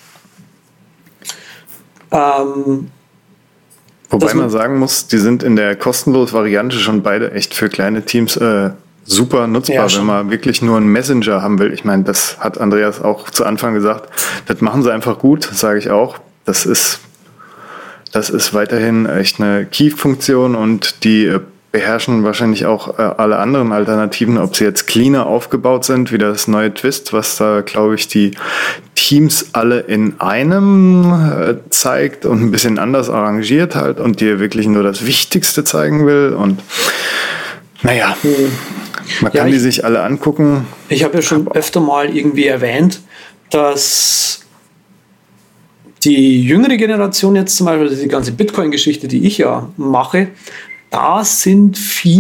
Wobei man sagen muss, die sind in der kostenlosen Variante schon beide echt für kleine Teams super nutzbar, wenn man wirklich nur einen Messenger haben will. Ich meine, das hat Andreas auch zu Anfang gesagt. Das machen sie einfach gut, sage ich auch. Das ist weiterhin echt eine Key-Funktion und die beherrschen wahrscheinlich auch alle anderen Alternativen, ob sie jetzt cleaner aufgebaut sind, wie das neue Twist, was da, glaube ich, die Teams alle in einem zeigt und ein bisschen anders arrangiert halt und dir wirklich nur das Wichtigste zeigen will. Und naja, man kann die sich alle angucken. Ich habe ja schon öfter mal irgendwie erwähnt, dass die jüngere Generation jetzt zum Beispiel, die ganze Bitcoin-Geschichte, die ich ja mache, da sind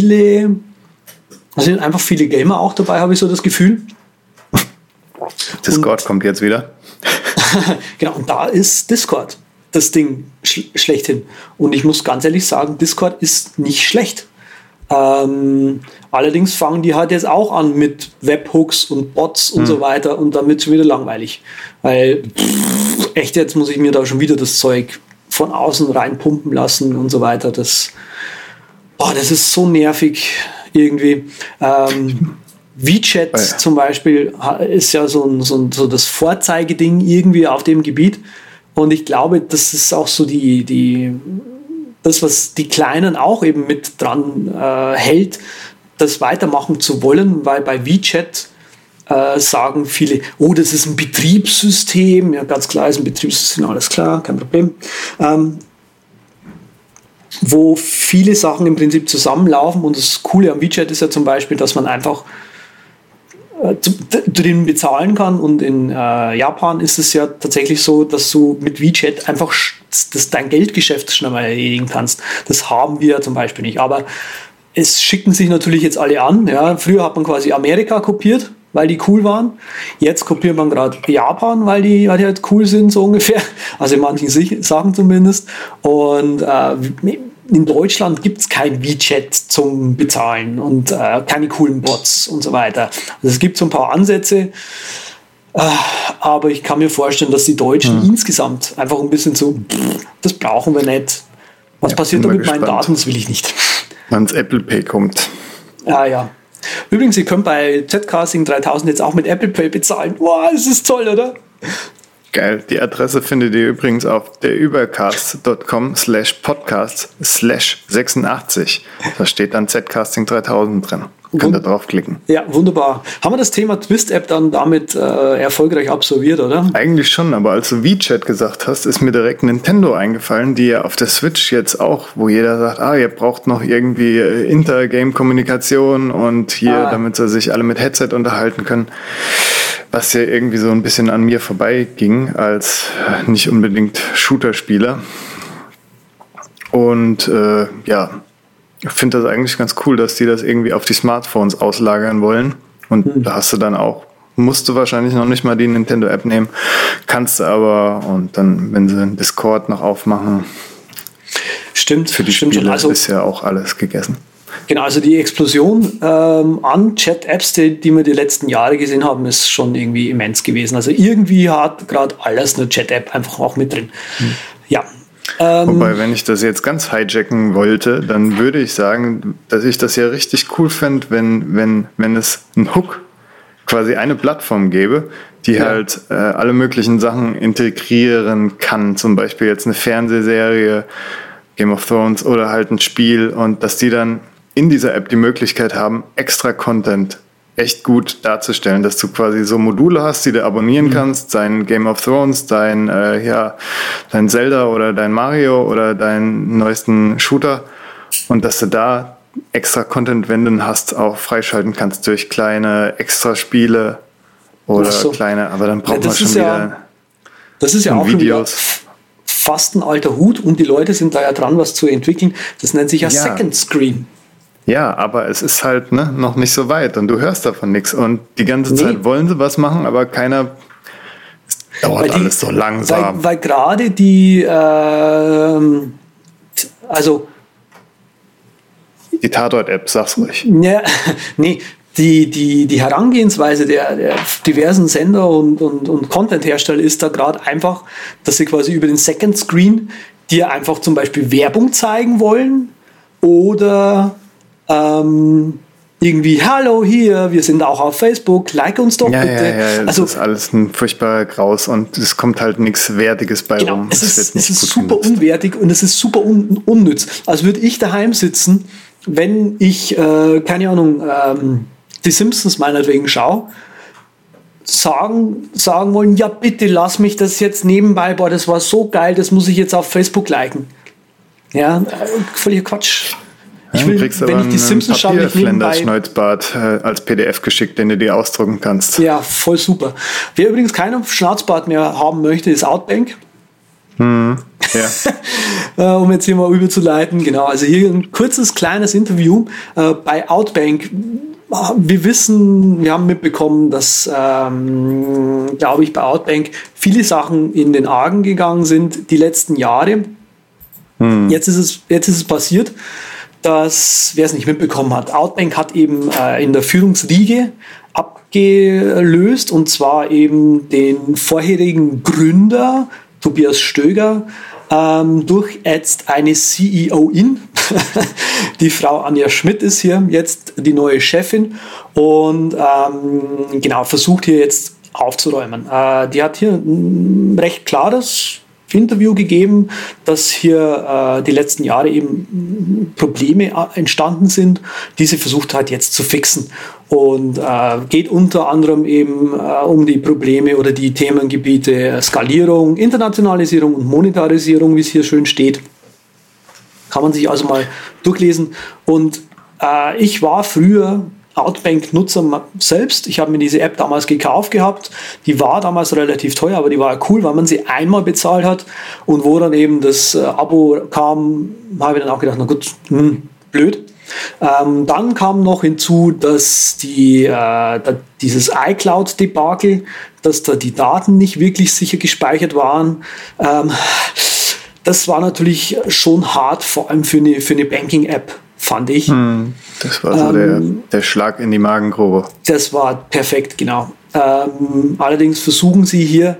einfach viele Gamer auch dabei, habe ich so das Gefühl. Discord kommt jetzt wieder. Genau, und da ist Discord das Ding schlechthin. Und ich muss ganz ehrlich sagen, Discord ist nicht schlecht. Allerdings fangen die halt jetzt auch an mit Webhooks und Bots und so weiter und dann wird es schon wieder langweilig. Weil, echt jetzt muss ich mir da schon wieder das Zeug von außen reinpumpen lassen und so weiter. Das ist so nervig irgendwie. WeChat zum Beispiel ist ja so das Vorzeigeding irgendwie auf dem Gebiet. Und ich glaube, das ist auch so das, was die Kleinen auch eben mit dran hält, das weitermachen zu wollen, weil bei WeChat sagen viele, oh, das ist ein Betriebssystem. Ja, ganz klar ist ein Betriebssystem, alles klar, kein Problem. Wo viele Sachen im Prinzip zusammenlaufen und das Coole am WeChat ist ja zum Beispiel, dass man einfach drin bezahlen kann und in Japan ist es ja tatsächlich so, dass du mit WeChat einfach dein Geldgeschäft schnell mal erledigen kannst. Das haben wir zum Beispiel nicht, aber es schicken sich natürlich jetzt alle an. Ja. Früher hat man quasi Amerika kopiert, weil die cool waren. Jetzt kopiert man gerade Japan, weil die halt cool sind, so ungefähr. Also in manchen Sachen zumindest. Und in Deutschland gibt es kein WeChat zum Bezahlen und keine coolen Bots und so weiter. Also es gibt so ein paar Ansätze, aber ich kann mir vorstellen, dass die Deutschen insgesamt einfach ein bisschen so, das brauchen wir nicht. Was passiert da mit meinen Daten? Das will ich nicht. Wann's Apple Pay kommt. Ja. Übrigens, ihr könnt bei Zcasting 3000 jetzt auch mit Apple Pay bezahlen. Wow, das ist toll, oder? Geil. Die Adresse findet ihr übrigens auf derübercast.com/podcast/86. Da steht dann Zcasting 3000 drin. Könnt ihr draufklicken. Ja, wunderbar. Haben wir das Thema Twist-App dann damit erfolgreich absolviert, oder? Eigentlich schon, aber als du WeChat gesagt hast, ist mir direkt Nintendo eingefallen, die ja auf der Switch jetzt auch, wo jeder sagt, ihr braucht noch irgendwie Intergame-Kommunikation und hier, damit sie sich alle mit Headset unterhalten können. Was ja irgendwie so ein bisschen an mir vorbeiging als nicht unbedingt Shooter-Spieler. Und ich finde das eigentlich ganz cool, dass die das irgendwie auf die Smartphones auslagern wollen. Und da hast du dann auch, musst du wahrscheinlich noch nicht mal die Nintendo-App nehmen, kannst du aber, und dann, wenn sie einen Discord noch aufmachen, stimmt, für die Spiele also, ist ja auch alles gegessen. Genau, also die Explosion an Chat-Apps, die wir die letzten Jahre gesehen haben, ist schon irgendwie immens gewesen. Also irgendwie hat gerade alles eine Chat-App einfach auch mit drin. Ja. Wobei, wenn ich das jetzt ganz hijacken wollte, dann würde ich sagen, dass ich das ja richtig cool fände, wenn es einen Hook, quasi eine Plattform gäbe, die halt alle möglichen Sachen integrieren kann. Zum Beispiel jetzt eine Fernsehserie, Game of Thrones oder halt ein Spiel und dass die dann in dieser App die Möglichkeit haben, extra Content echt gut darzustellen, dass du quasi so Module hast, die du abonnieren kannst, dein Game of Thrones, dein Zelda oder dein Mario oder deinen neuesten Shooter und dass du da extra Content, wenn du hast, auch freischalten kannst durch kleine Extraspiele oder kleine, aber dann braucht man schon wieder das ist ja auch Videos. Fast ein alter Hut und die Leute sind da ja dran, was zu entwickeln. Das nennt sich ja Second Screen. Ja, aber es ist halt noch nicht so weit und du hörst davon nichts. Und die ganze Zeit wollen sie was machen, aber keiner. Es dauert alles so langsam. Weil gerade die, also Die Tatort-App, sag's ruhig. Ja, nee, die Herangehensweise der diversen Sender und Content-Hersteller ist da gerade einfach, dass sie quasi über den Second Screen dir einfach zum Beispiel Werbung zeigen wollen oder irgendwie, hallo hier, wir sind auch auf Facebook, like uns doch bitte. Ja, das ist alles ein furchtbarer Graus und es kommt halt nichts Wertiges bei rum. Es ist super unwertig und es ist super unnütz. Also würde ich daheim sitzen, wenn ich, keine Ahnung, die Simpsons meinetwegen schaue, sagen wollen, ja bitte lass mich das jetzt nebenbei, boah, das war so geil, das muss ich jetzt auf Facebook liken. Ja, völliger Quatsch. Ich will, wenn ich die Simpsons schaue, ich nebenbei Schnauzbart als PDF geschickt, den du dir ausdrucken kannst. Ja, voll super. Wer übrigens keinen Schnauzbart mehr haben möchte, ist Outbank. Ja. Um jetzt hier mal überzuleiten. Genau, also hier ein kurzes, kleines Interview bei Outbank. Wir haben mitbekommen, dass, glaube ich, bei Outbank viele Sachen in den Argen gegangen sind die letzten Jahre. Jetzt ist es passiert, dass, wer es nicht mitbekommen hat, Outbank hat eben in der Führungsriege abgelöst, und zwar eben den vorherigen Gründer Tobias Stöger durch jetzt eine CEO-in. Die Frau Anja Schmidt ist hier jetzt die neue Chefin und genau versucht hier jetzt aufzuräumen. Die hat hier ein recht klares Interview gegeben, dass hier die letzten Jahre eben Probleme entstanden sind, die sie versucht hat jetzt zu fixen, und geht unter anderem eben um die Probleme oder die Themengebiete Skalierung, Internationalisierung und Monetarisierung, wie es hier schön steht. Kann man sich also mal durchlesen. Und ich war früher Outbank-Nutzer selbst. Ich habe mir diese App damals gekauft gehabt. Die war damals relativ teuer, aber die war cool, weil man sie einmal bezahlt hat. Und wo dann eben das Abo kam, habe ich dann auch gedacht, na gut, blöd. Dann kam noch hinzu, dass dieses iCloud-Debakel, dass da die Daten nicht wirklich sicher gespeichert waren. Das war natürlich schon hart, vor allem für eine Banking-App, fand ich. Das war so der Schlag in die Magengrube. Das war perfekt, genau. Allerdings versuchen sie hier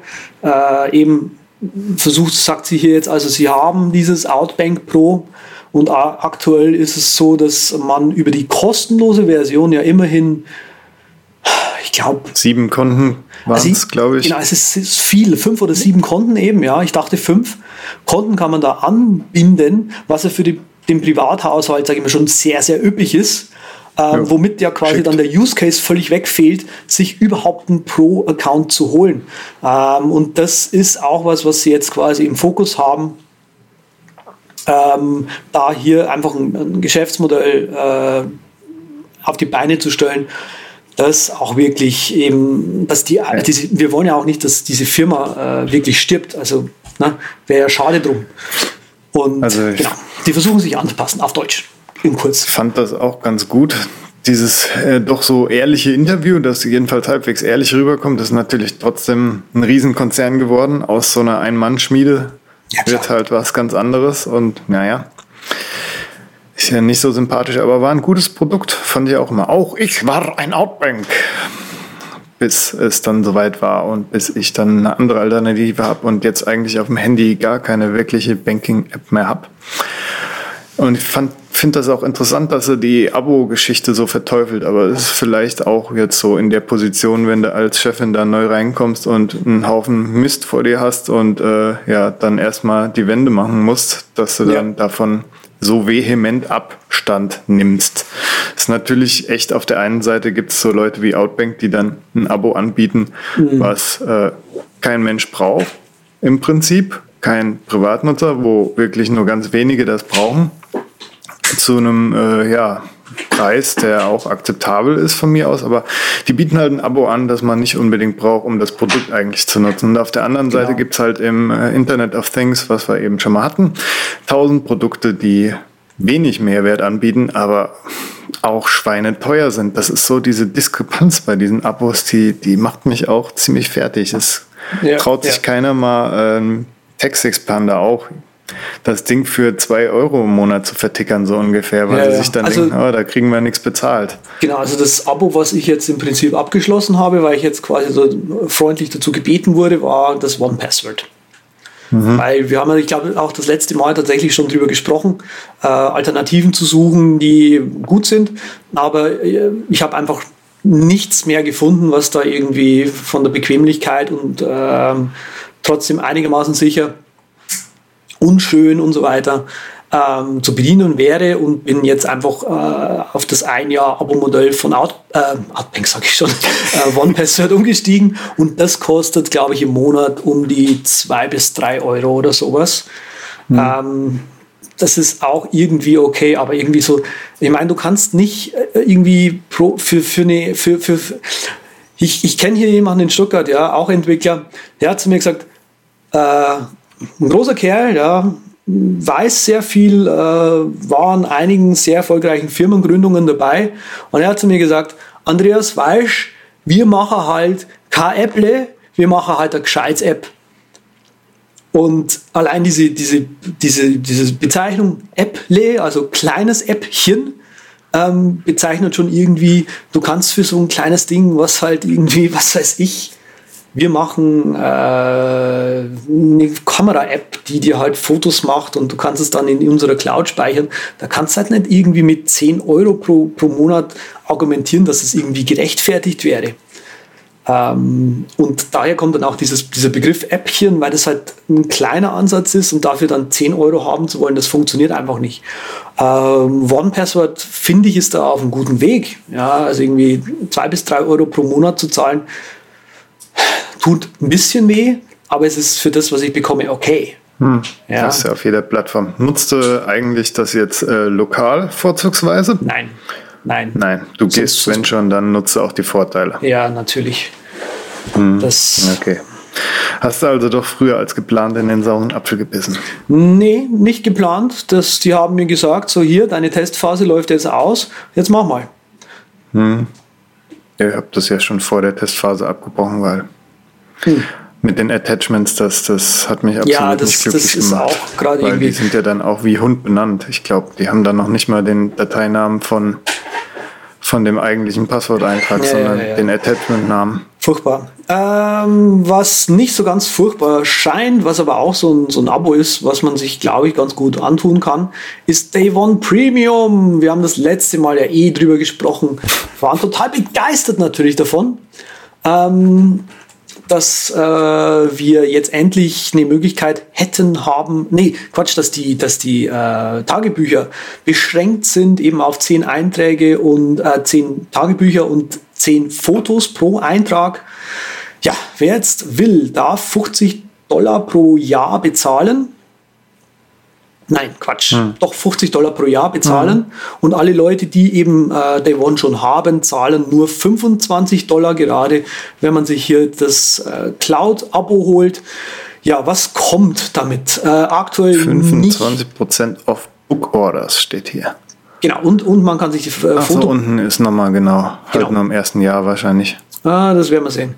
sagt sie hier jetzt, also sie haben dieses Outbank Pro, und aktuell ist es so, dass man über die kostenlose Version ja immerhin, ich glaube, 7 Konten waren es, glaube ich. Genau, es ist viel, 5 oder 7 Konten eben, ja. Ich dachte 5 Konten kann man da anbinden, was ja für den Privathaushalt, sage ich mal, schon sehr, sehr üppig ist. Womit ja quasi dann der Use Case völlig wegfehlt, sich überhaupt einen Pro-Account zu holen. Und das ist auch was sie jetzt quasi im Fokus haben, da hier einfach ein Geschäftsmodell auf die Beine zu stellen, das auch wirklich eben, dass wir wollen ja auch nicht, dass diese Firma wirklich stirbt, also wäre ja schade drum. Und genau, die versuchen sich anzupassen, auf Deutsch, in kurz. Ich fand das auch ganz gut, dieses doch so ehrliche Interview, das jedenfalls halbwegs ehrlich rüberkommt, ist natürlich trotzdem ein Riesenkonzern geworden, aus so einer Ein-Mann-Schmiede. Ja, wird halt was ganz anderes und naja, ist ja nicht so sympathisch, aber war ein gutes Produkt, fand ich auch immer. Auch ich war ein Outbank, bis es dann soweit war und bis ich dann eine andere Alternative habe und jetzt eigentlich auf dem Handy gar keine wirkliche Banking-App mehr habe. Und ich finde das auch interessant, dass er die Abo-Geschichte so verteufelt, aber es ist vielleicht auch jetzt so in der Position, wenn du als Chefin da neu reinkommst und einen Haufen Mist vor dir hast und dann erstmal die Wende machen musst, dass du dann davon so vehement Abstand nimmst. Das ist natürlich echt, auf der einen Seite gibt es so Leute wie Outbank, die dann ein Abo anbieten, was kein Mensch braucht im Prinzip, kein Privatnutzer, wo wirklich nur ganz wenige das brauchen, zu einem Preis, der auch akzeptabel ist von mir aus, aber die bieten halt ein Abo an, das man nicht unbedingt braucht, um das Produkt eigentlich zu nutzen. Und auf der anderen Seite gibt es halt im Internet of Things, was wir eben schon mal hatten, 1000 Produkte, die wenig Mehrwert anbieten, aber auch schweineteuer sind. Das ist so diese Diskrepanz bei diesen Abos, die macht mich auch ziemlich fertig. Es traut sich keiner mal, Text Expander auch. das Ding für 2 Euro im Monat zu vertickern, so ungefähr, weil sie sich dann denken, da kriegen wir nichts bezahlt. Genau, also das Abo, was ich jetzt im Prinzip abgeschlossen habe, weil ich jetzt quasi so freundlich dazu gebeten wurde, war das OnePassword. Weil wir haben ja, ich glaube, auch das letzte Mal tatsächlich schon drüber gesprochen, Alternativen zu suchen, die gut sind, aber ich habe einfach nichts mehr gefunden, was da irgendwie von der Bequemlichkeit und trotzdem einigermaßen sicher, unschön und so weiter zu bedienen wäre, und bin jetzt einfach auf das 1 Jahr Abo-Modell von Outbank, sage ich schon, OnePassword umgestiegen, und das kostet, glaube ich, im Monat um die 2 bis 3 Euro oder sowas. Das ist auch irgendwie okay, aber irgendwie so, ich meine, du kannst nicht irgendwie ich kenne hier jemanden in Stuttgart, ja, auch Entwickler, der hat zu mir gesagt, ein großer Kerl, ja, weiß sehr viel, war an einigen sehr erfolgreichen Firmengründungen dabei, und er hat zu mir gesagt, Andreas, weißt, wir machen halt kein Apple, wir machen halt eine gescheites App. Und allein diese Bezeichnung Apple, also kleines Appchen, bezeichnet schon irgendwie, du kannst für so ein kleines Ding, was halt irgendwie, was weiß ich, wir machen eine Kamera-App, die dir halt Fotos macht, und du kannst es dann in unserer Cloud speichern. Da kannst du halt nicht irgendwie mit 10 Euro pro Monat argumentieren, dass es irgendwie gerechtfertigt wäre. Und daher kommt dann auch dieser Begriff Appchen, weil das halt ein kleiner Ansatz ist, und dafür dann 10 Euro haben zu wollen, das funktioniert einfach nicht. OnePassword, finde ich, ist da auf einem guten Weg. Ja, also irgendwie 2 bis 3 Euro pro Monat zu zahlen, tut ein bisschen weh, aber es ist für das, was ich bekomme, okay. Ja. Das ist ja auf jeder Plattform. Nutzt du eigentlich das jetzt lokal vorzugsweise? Nein. Nein, du gehst, wenn schon, dann nutzt du auch die Vorteile. Ja, natürlich. Okay. Hast du also doch früher als geplant in den sauren Apfel gebissen? Nee, nicht geplant. Die haben mir gesagt, so hier, deine Testphase läuft jetzt aus, jetzt mach mal. Ihr habt das ja schon vor der Testphase abgebrochen, weil mit den Attachments, das hat mich absolut nicht glücklich gemacht. Ja, das ist auch gerade irgendwie. Die sind ja dann auch wie Hund benannt. Ich glaube, die haben dann noch nicht mal den Dateinamen von dem eigentlichen Passworteintrag, sondern den Attachment-Namen. Furchtbar. Was nicht so ganz furchtbar scheint, was aber auch so ein Abo ist, was man sich, glaube ich, ganz gut antun kann, ist Day One Premium. Wir haben das letzte Mal ja drüber gesprochen. Waren total begeistert natürlich davon, dass wir jetzt endlich eine Möglichkeit dass die Tagebücher beschränkt sind eben auf 10 Einträge und 10 Tagebücher und 10 Fotos pro Eintrag. Ja, wer jetzt will, darf $50 pro Jahr bezahlen. Nein, Quatsch. Doch $50 pro Jahr bezahlen. Und alle Leute, die eben Day One schon haben, zahlen nur $25 gerade, wenn man sich hier das Cloud-Abo holt. Ja, was kommt damit? Aktuell 25% auf Book Orders steht hier. Genau, und man kann sich die Fotos... So, unten ist nochmal genau. Halt nur im ersten Jahr wahrscheinlich. Das werden wir sehen.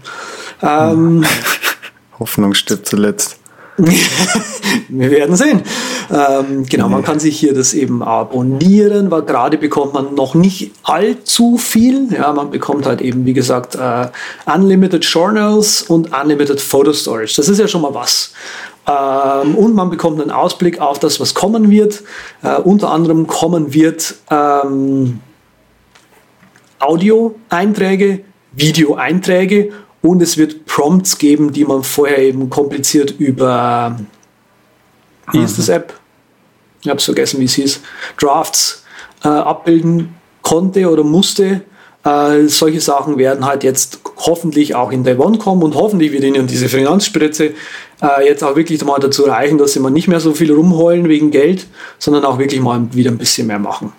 Hoffnung stirbt zuletzt. Wir werden sehen. Genau, man kann sich hier das eben abonnieren, weil gerade bekommt man noch nicht allzu viel. Ja, man bekommt halt eben, wie gesagt, Unlimited Journals und Unlimited Photo Storage. Das ist ja schon mal was. Und man bekommt einen Ausblick auf das, was kommen wird. Unter anderem kommen wird Audio-Einträge, Video-Einträge, und es wird Prompts geben, die man vorher eben kompliziert über, wie ist das App? Ich habe es vergessen, wie es hieß, Drafts abbilden konnte oder musste. Solche Sachen werden halt jetzt hoffentlich auch in Day One kommen, und hoffentlich wird ihnen diese Finanzspritze jetzt auch wirklich mal dazu reichen, dass sie mal nicht mehr so viel rumheulen wegen Geld, sondern auch wirklich mal wieder ein bisschen mehr machen.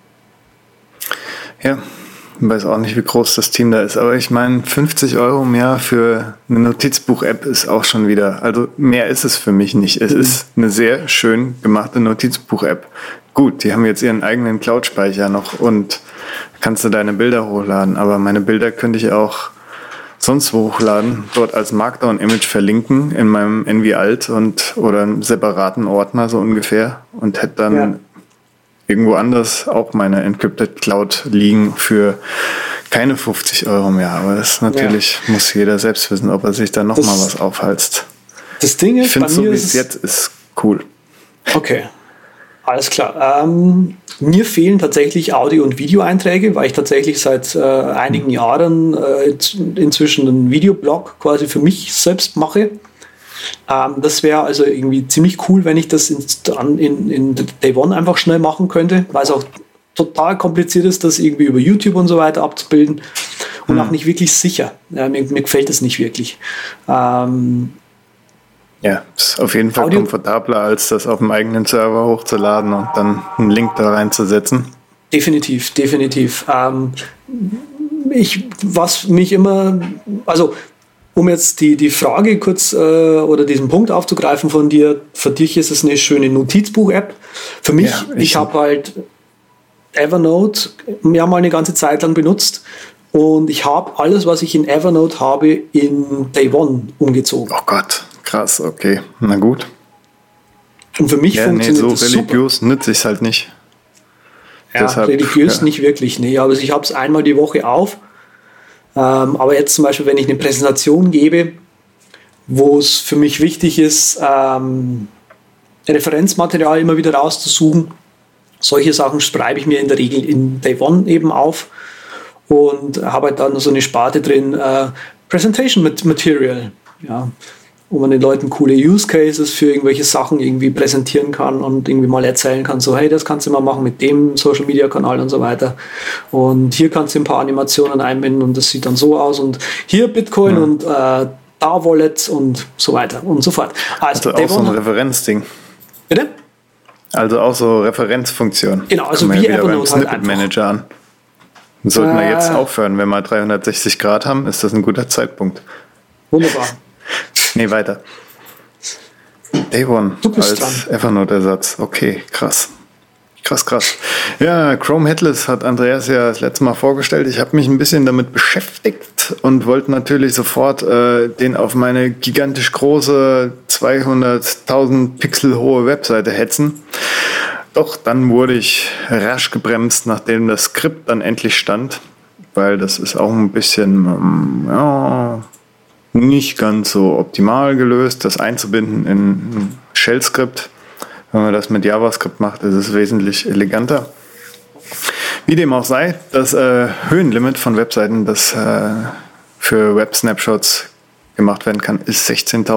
Ja, ich weiß auch nicht, wie groß das Team da ist, aber ich meine, 50 € mehr für eine Notizbuch-App ist auch schon wieder, also mehr ist es für mich nicht. Es ist eine sehr schön gemachte Notizbuch-App. Gut, die haben jetzt ihren eigenen Cloud-Speicher noch und kannst du deine Bilder hochladen, aber meine Bilder könnte ich auch sonst wo hochladen, dort als Markdown-Image verlinken in meinem NV-Alt oder einem separaten Ordner so ungefähr und hätte dann irgendwo anders auch meine Encrypted Cloud liegen für keine 50 Euro mehr. Aber das natürlich muss jeder selbst wissen, ob er sich da nochmal was aufhalst. Das Ding ist, ich finde so, wie es jetzt ist, cool. Okay, alles klar. Mir fehlen tatsächlich Audio- und Videoeinträge, weil ich tatsächlich seit einigen Jahren inzwischen einen Videoblog quasi für mich selbst mache. Das wäre also irgendwie ziemlich cool, wenn ich das in Day One einfach schnell machen könnte, weil es auch total kompliziert ist, das irgendwie über YouTube und so weiter abzubilden und auch nicht wirklich sicher. Mir gefällt das nicht wirklich. Ja, ist auf jeden Fall komfortabler, als das auf dem eigenen Server hochzuladen und dann einen Link da reinzusetzen. Definitiv. Was mich immer, also um jetzt die Frage kurz oder diesen Punkt aufzugreifen von dir, für dich ist es eine schöne Notizbuch-App. Für mich, ich habe halt Evernote ja mal eine ganze Zeit lang benutzt und ich habe alles, was ich in Evernote habe, in Day One umgezogen. Oh Gott. Krass, okay. Na gut. Und für mich funktioniert so das religiös nütze ich es halt nicht. Ja, deshalb, religiös nicht wirklich. Nee, aber ich habe es einmal die Woche auf. Aber jetzt zum Beispiel, wenn ich eine Präsentation gebe, wo es für mich wichtig ist, Referenzmaterial immer wieder rauszusuchen, solche Sachen schreibe ich mir in der Regel in Day One eben auf und habe halt dann so eine Sparte drin, Presentation Material. Ja, wo man den Leuten coole Use Cases für irgendwelche Sachen irgendwie präsentieren kann und irgendwie mal erzählen kann, so hey, das kannst du mal machen mit dem Social Media Kanal und so weiter. Und hier kannst du ein paar Animationen einbinden und das sieht dann so aus und hier Bitcoin und da Wallet und so weiter und so fort. Also auch so ein Referenzding. Bitte? Also auch so Referenzfunktion. Genau, also wie Evernote halt Snippet Manager an. Sollten wir jetzt aufhören, wenn wir 360 Grad haben, ist das ein guter Zeitpunkt. Wunderbar. Nee, weiter. Day One als Evernote-Ersatz. Okay, krass. Krass. Ja, Chrome Headless hat Andreas ja das letzte Mal vorgestellt. Ich habe mich ein bisschen damit beschäftigt und wollte natürlich sofort den auf meine gigantisch große 200.000 Pixel hohe Webseite hetzen. Doch dann wurde ich rasch gebremst, nachdem das Skript dann endlich stand, weil das ist auch ein bisschen nicht ganz so optimal gelöst, das einzubinden in ein Shell-Skript. Wenn man das mit JavaScript macht, ist es wesentlich eleganter. Wie dem auch sei, das Höhenlimit von Webseiten, das für Web-Snapshots gemacht werden kann, ist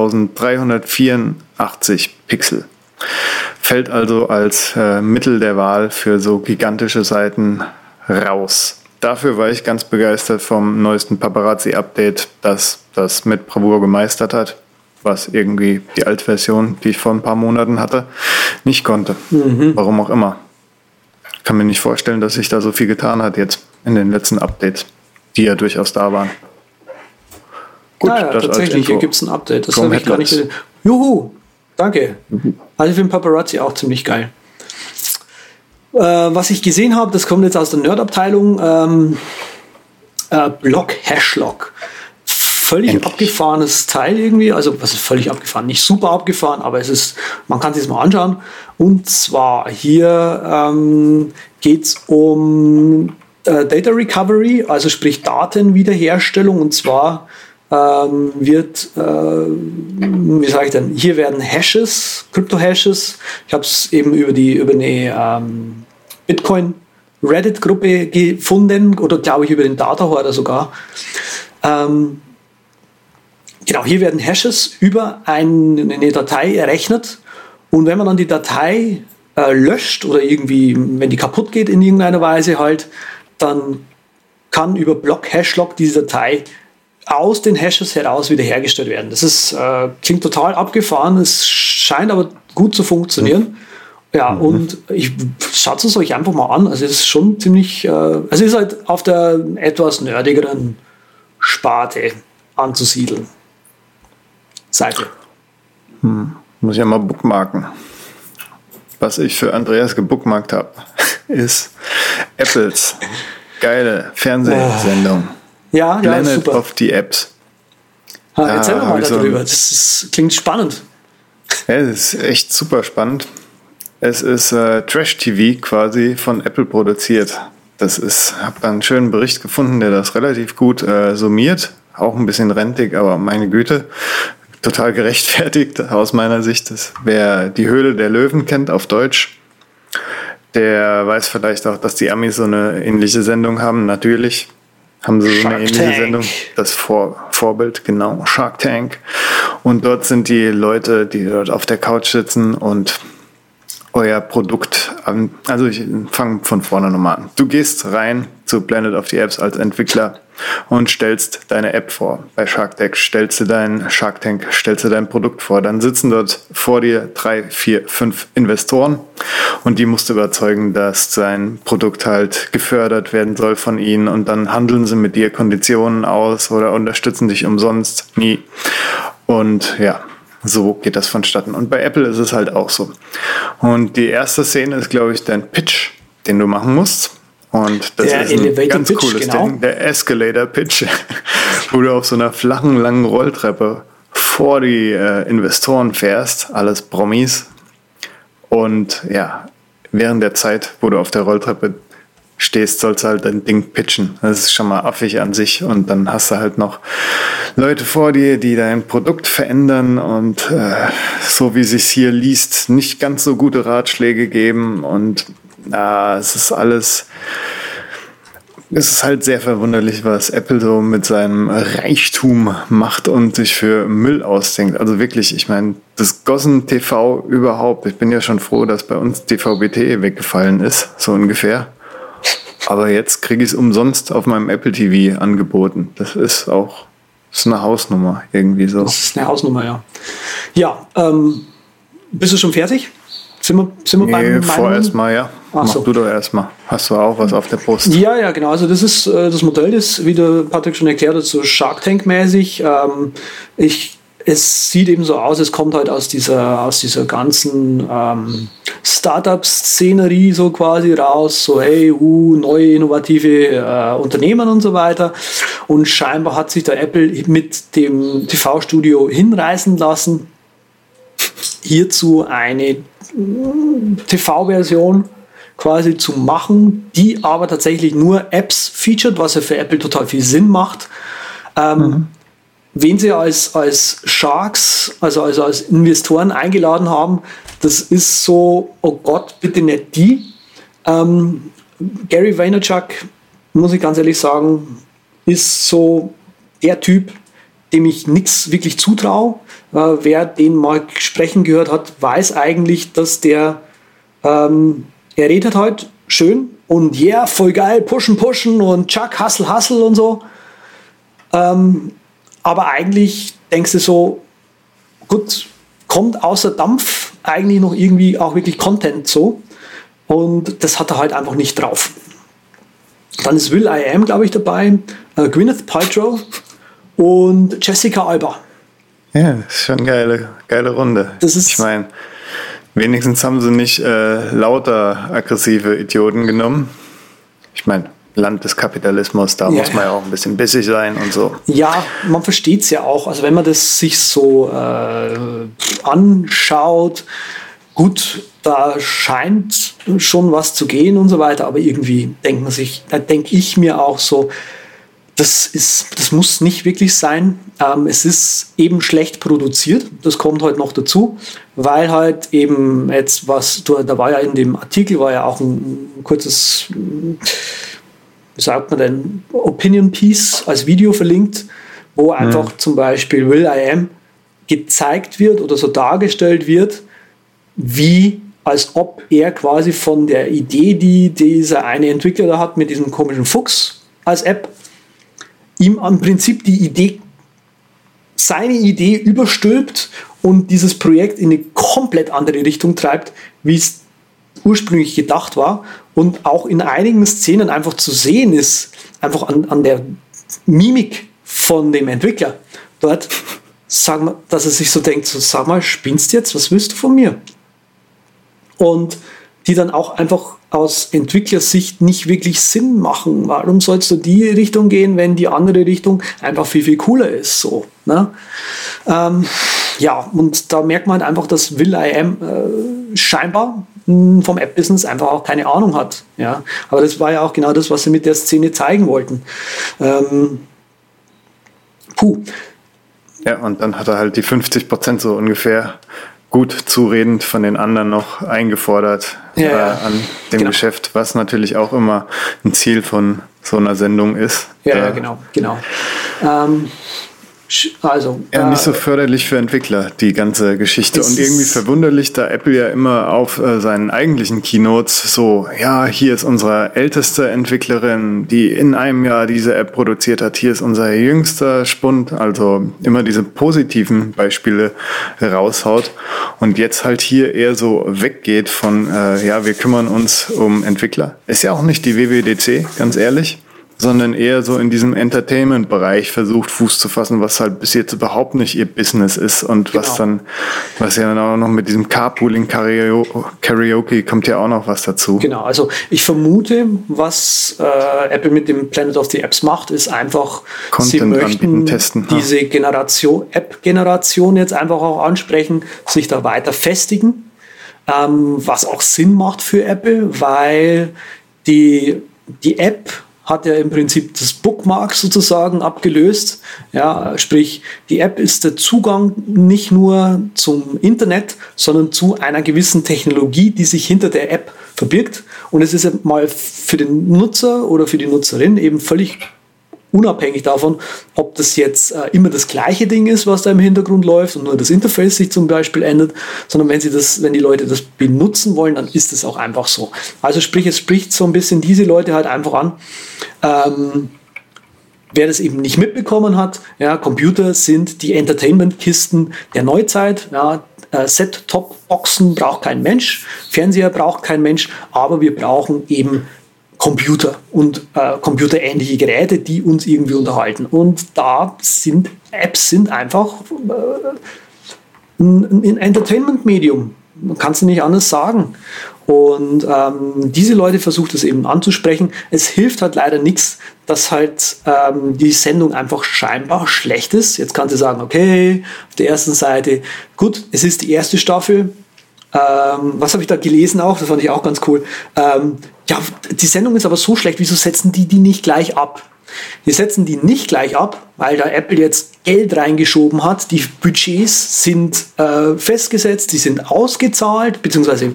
16.384 Pixel. Fällt also als Mittel der Wahl für so gigantische Seiten raus. Dafür war ich ganz begeistert vom neuesten Paparazzi-Update, das das mit Bravour gemeistert hat, was irgendwie die Altversion, die ich vor ein paar Monaten hatte, nicht konnte. Warum auch immer. Ich kann mir nicht vorstellen, dass sich da so viel getan hat jetzt in den letzten Updates, die ja durchaus da waren. Gut, das tatsächlich, hier gibt es ein Update. Das habe ich gar nicht. Juhu, danke. Also für den Paparazzi auch ziemlich geil. Was ich gesehen habe, das kommt jetzt aus der Nerd-Abteilung, Block Hashlog. Völlig abgefahrenes Teil irgendwie, also was ist völlig abgefahren? Nicht super abgefahren, aber man kann sich das mal anschauen. Und zwar hier geht es um Data Recovery, also sprich Datenwiederherstellung. Und zwar wird, wie sage ich denn, hier werden Hashes, Krypto-Hashes, ich habe es eben über eine Bitcoin Reddit-Gruppe gefunden oder glaube ich über den Data Hoarder sogar. Genau, hier werden Hashes über eine Datei errechnet und wenn man dann die Datei löscht oder irgendwie, wenn die kaputt geht in irgendeiner Weise halt, dann kann über Block Hashlog diese Datei aus den Hashes heraus wiederhergestellt werden. Das ist, klingt total abgefahren, es scheint aber gut zu funktionieren. Ja, und schaut es euch einfach mal an. Also es ist schon ziemlich, es ist halt auf der etwas nerdigeren Sparte anzusiedeln. Seite. Muss ich ja mal bookmarken. Was ich für Andreas gebookmarkt habe, ist Apples geile Fernsehsendung. Ja, Planet super. of the Apps. Erzähl doch mal darüber, klingt spannend. Ja, es ist echt super spannend. Es ist Trash-TV quasi von Apple produziert. Habe da einen schönen Bericht gefunden, der das relativ gut summiert. Auch ein bisschen rentig, aber meine Güte, total gerechtfertigt aus meiner Sicht. Wer die Höhle der Löwen kennt auf Deutsch, der weiß vielleicht auch, dass die Amis so eine ähnliche Sendung haben. Natürlich haben sie so eine ähnliche Sendung. Das Vorbild, genau, Shark Tank. Und dort sind die Leute, die dort auf der Couch sitzen und euer Produkt an. Also ich fange von vorne nochmal an. Du gehst rein zu Planet of the Apps als Entwickler und stellst deine App vor. Bei Shark Tank stellst du dein Produkt vor. Dann sitzen dort vor dir 3, 4, 5 Investoren und die musst du überzeugen, dass dein Produkt halt gefördert werden soll von ihnen und dann handeln sie mit dir Konditionen aus oder unterstützen dich umsonst nie. Und ja, so geht das vonstatten. Und bei Apple ist es halt auch so. Und die erste Szene ist, glaube ich, dein Pitch, den du machen musst. Und das ist ein ganz cooles Ding, der Escalator Pitch, wo du auf so einer flachen, langen Rolltreppe vor die Investoren fährst, alles Promis. Und ja, während der Zeit, wo du auf der Rolltreppe stehst, sollst du halt dein Ding pitchen. Das ist schon mal affig an sich. Und dann hast du halt noch Leute vor dir, die dein Produkt verändern und so wie es sich hier liest, nicht ganz so gute Ratschläge geben. Und es ist halt sehr verwunderlich, was Apple so mit seinem Reichtum macht und sich für Müll ausdenkt. Also wirklich, ich meine, das Gossen TV überhaupt. Ich bin ja schon froh, dass bei uns DVB-T weggefallen ist, so ungefähr. Aber jetzt kriege ich es umsonst auf meinem Apple TV angeboten. Das ist eine Hausnummer irgendwie so. Das ist eine Hausnummer, ja. Ja, bist du schon fertig? Sind wir beim vorerst mal, ja. Mach du doch erstmal. Hast du auch was auf der Brust? Ja, genau. Also das ist das Modell, das, wie der Patrick schon erklärt hat, so Shark Tank-mäßig. Es sieht eben so aus, es kommt halt aus dieser ganzen Startup-Szenerie so quasi raus, so hey, neue innovative Unternehmen und so weiter. Und scheinbar hat sich der Apple mit dem TV-Studio hinreißen lassen, hierzu eine TV-Version quasi zu machen, die aber tatsächlich nur Apps featured, was ja für Apple total viel Sinn macht. Wen sie als Sharks, also als Investoren eingeladen haben, das ist so, oh Gott, bitte nicht die. Gary Vaynerchuk, muss ich ganz ehrlich sagen, ist so der Typ, dem ich nichts wirklich zutraue. Wer den mal sprechen gehört hat, weiß eigentlich, dass der, er redet halt schön und yeah, voll geil, pushen und Chuck, hustle und so. Aber eigentlich denkst du so, gut, kommt außer Dampf eigentlich noch irgendwie auch wirklich Content so. Und das hat er halt einfach nicht drauf. Dann ist Will I Am, glaube ich, dabei, Gwyneth Paltrow und Jessica Alba. Ja, das ist schon eine geile Runde. Ich meine, wenigstens haben sie nicht lauter aggressive Idioten genommen. Ich meine, Land des Kapitalismus, da muss man ja auch ein bisschen bissig sein und so. Ja, man versteht es ja auch. Also wenn man das sich so anschaut, gut, da scheint schon was zu gehen und so weiter, aber irgendwie denke ich mir auch so, das muss nicht wirklich sein. Es ist eben schlecht produziert, das kommt halt noch dazu, weil halt eben jetzt da war ja in dem Artikel, war ja auch ein kurzes, wie sagt man denn, Opinion Piece als Video verlinkt, wo einfach zum Beispiel Will I Am gezeigt wird oder so dargestellt wird, wie als ob er quasi von der Idee, die dieser eine Entwickler da hat mit diesem komischen Fuchs als App, ihm im Prinzip seine Idee überstülpt und dieses Projekt in eine komplett andere Richtung treibt, wie es ursprünglich gedacht war und auch in einigen Szenen einfach zu sehen ist, einfach an der Mimik von dem Entwickler dort, dass er sich so denkt, so, sag mal, spinnst du jetzt, was willst du von mir? Und die dann auch einfach aus Entwicklersicht nicht wirklich Sinn machen. Warum sollst du die Richtung gehen, wenn die andere Richtung einfach viel, viel cooler ist? So, ne? Ja, und da merkt man halt einfach, dass will.i.am scheinbar vom App-Business einfach auch keine Ahnung hat. Ja? Aber das war ja auch genau das, was sie mit der Szene zeigen wollten. Ja, und dann hat er halt die 50% so ungefähr gut zuredend von den anderen noch eingefordert an dem Geschäft, was natürlich auch immer ein Ziel von so einer Sendung ist. Ja, genau. Nicht so förderlich für Entwickler, die ganze Geschichte. Und irgendwie verwunderlich, da Apple ja immer auf seinen eigentlichen Keynotes so, ja, hier ist unsere älteste Entwicklerin, die in einem Jahr diese App produziert hat, hier ist unser jüngster Spund, also immer diese positiven Beispiele raushaut und jetzt halt hier eher so weggeht von, wir kümmern uns um Entwickler. Ist ja auch nicht die WWDC, ganz ehrlich, sondern eher so in diesem Entertainment-Bereich versucht Fuß zu fassen, was halt bis jetzt überhaupt nicht ihr Business ist und was ja dann auch noch mit diesem Carpooling Karaoke kommt ja auch noch was dazu. Genau, also ich vermute, was Apple mit dem Planet of the Apps macht, ist einfach, Content sie möchten testen, diese App-Generation jetzt einfach auch ansprechen, sich da weiter festigen, was auch Sinn macht für Apple, weil die App hat ja im Prinzip das Bookmark sozusagen abgelöst. Ja, sprich, die App ist der Zugang nicht nur zum Internet, sondern zu einer gewissen Technologie, die sich hinter der App verbirgt. Und es ist mal für den Nutzer oder für die Nutzerin eben völlig unabhängig davon, ob das jetzt immer das gleiche Ding ist, was da im Hintergrund läuft und nur das Interface sich zum Beispiel ändert, sondern wenn die Leute das benutzen wollen, dann ist es auch einfach so. Also sprich, es spricht so ein bisschen diese Leute halt einfach an. Wer das eben nicht mitbekommen hat, ja, Computer sind die Entertainment-Kisten der Neuzeit, ja, Set-Top-Boxen braucht kein Mensch, Fernseher braucht kein Mensch, aber wir brauchen eben Computer und computerähnliche Geräte, die uns irgendwie unterhalten. Und da sind Apps einfach ein Entertainment-Medium. Man kann es nicht anders sagen. Und diese Leute versucht es eben anzusprechen. Es hilft halt leider nichts, dass halt die Sendung einfach scheinbar schlecht ist. Jetzt kannst du sagen, okay, auf der ersten Seite, gut, es ist die erste Staffel. Was habe ich da gelesen auch? Das fand ich auch ganz cool. Die Sendung ist aber so schlecht, wieso setzen die nicht gleich ab? Wir setzen die nicht gleich ab, weil da Apple jetzt Geld reingeschoben hat. Die Budgets sind festgesetzt, die sind ausgezahlt, beziehungsweise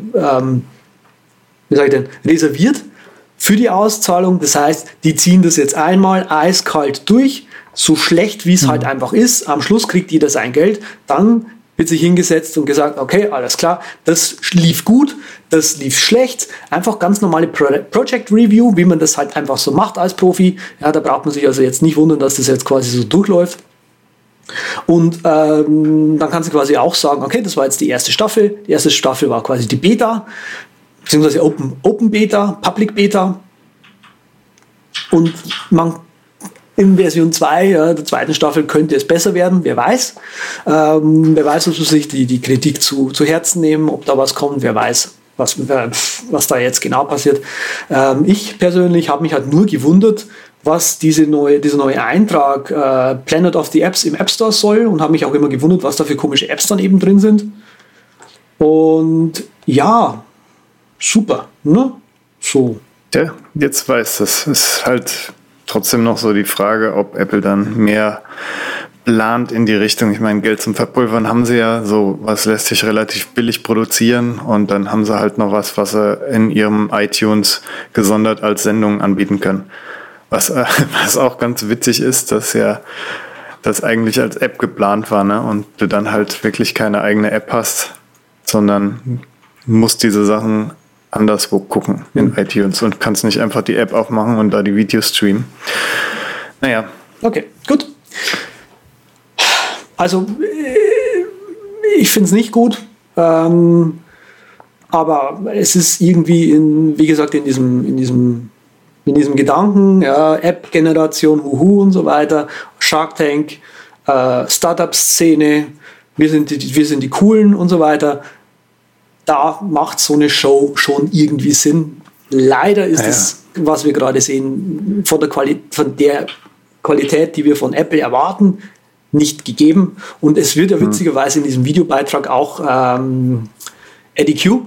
reserviert für die Auszahlung. Das heißt, die ziehen das jetzt einmal eiskalt durch, so schlecht wie es halt einfach ist. Am Schluss kriegt jeder sein Geld, dann wird sich hingesetzt und gesagt, okay, alles klar, das lief gut, das lief schlecht. Einfach ganz normale Project Review, wie man das halt einfach so macht als Profi. Ja, da braucht man sich also jetzt nicht wundern, dass das jetzt quasi so durchläuft. Und dann kannst du quasi auch sagen, okay, das war jetzt die erste Staffel. Die erste Staffel war quasi die Beta, beziehungsweise Open Beta, Public Beta. Und in Version 2, der zweiten Staffel, könnte es besser werden, wer weiß. Wer weiß, ob sie sich die Kritik zu Herzen nehmen, ob da was kommt, wer weiß, was da jetzt genau passiert. Ich persönlich habe mich halt nur gewundert, was dieser neue Eintrag Planet of the Apps im App Store soll und habe mich auch immer gewundert, was da für komische Apps dann eben drin sind. Und ja, super, ne? So. Ja, jetzt weiß das. Ist halt trotzdem noch so die Frage, ob Apple dann mehr plant in die Richtung. Ich meine, Geld zum Verpulvern haben sie ja, so was lässt sich relativ billig produzieren und dann haben sie halt noch was sie in ihrem iTunes gesondert als Sendung anbieten können. Was auch ganz witzig ist, dass ja das eigentlich als App geplant war, ne? Und du dann halt wirklich keine eigene App hast, sondern musst diese Sachen anderswo gucken in iTunes und kannst nicht einfach die App aufmachen und da die Videos streamen. Naja. Okay, gut. Also, ich finde es nicht gut, aber es ist irgendwie, wie gesagt, in diesem Gedanken, ja, App-Generation, und so weiter, Shark Tank, Startup-Szene, wir sind die Coolen und so weiter. da macht so eine Show schon irgendwie Sinn. Leider ist es, was wir gerade sehen, von der Qualität, die wir von Apple erwarten, nicht gegeben. Und es wird ja witzigerweise in diesem Videobeitrag auch Eddie Q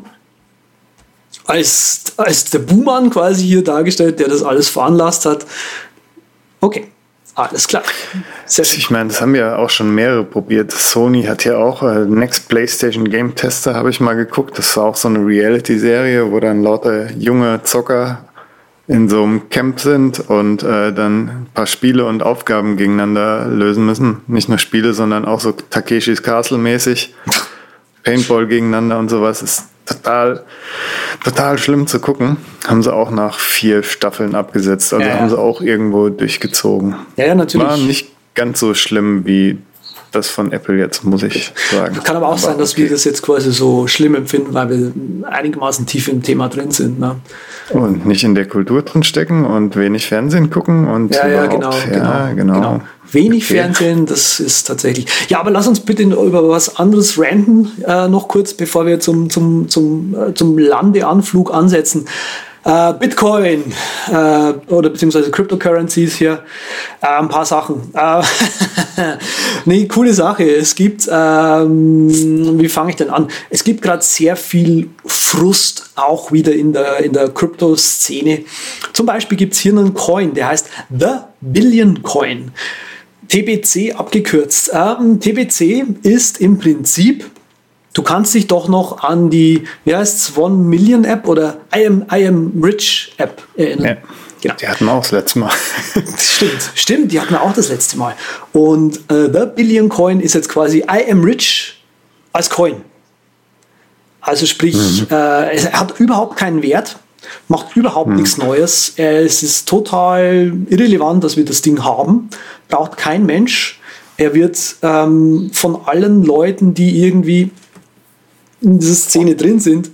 als der Buhmann quasi hier dargestellt, der das alles veranlasst hat. Okay, alles klar. Ich meine, das haben ja auch schon mehrere probiert. Sony hat ja auch Next PlayStation Game Tester, habe ich mal geguckt. Das war auch so eine Reality-Serie, wo dann lauter junge Zocker in so einem Camp sind und dann ein paar Spiele und Aufgaben gegeneinander lösen müssen. Nicht nur Spiele, sondern auch so Takeshis Castle mäßig. Paintball gegeneinander und sowas. Ist total schlimm zu gucken. Haben sie auch nach 4 Staffeln abgesetzt. Also haben sie auch irgendwo durchgezogen. Ja, natürlich. War nicht ganz so schlimm wie das von Apple jetzt, muss ich sagen. Kann aber auch sein, dass wir das jetzt quasi so schlimm empfinden, weil wir einigermaßen tief im Thema drin sind. Ne? Und nicht in der Kultur drin stecken und wenig Fernsehen gucken. Und genau. Wenig Fernsehen, das ist tatsächlich. Ja, aber lass uns bitte über was anderes ranten, noch kurz, bevor wir zum Landeanflug ansetzen. Bitcoin oder beziehungsweise Cryptocurrencies hier, ein paar Sachen. Nee, coole Sache. Es gibt, wie fange ich denn an? Es gibt gerade sehr viel Frust auch wieder in der Krypto-Szene. Zum Beispiel gibt es hier einen Coin, der heißt The Billion Coin. TBC abgekürzt. TBC ist im Prinzip, du kannst dich doch noch an die, wie heißt es, 1 Million App oder I am Rich App erinnern. Ja, genau. Die hatten wir auch das letzte Mal. Stimmt, die hatten wir auch das letzte Mal. Und The Billion Coin ist jetzt quasi I am Rich als Coin. Also sprich, es hat überhaupt keinen Wert, macht überhaupt nichts Neues. Es ist total irrelevant, dass wir das Ding haben. Braucht kein Mensch. Er wird von allen Leuten, die irgendwie in dieser Szene drin sind,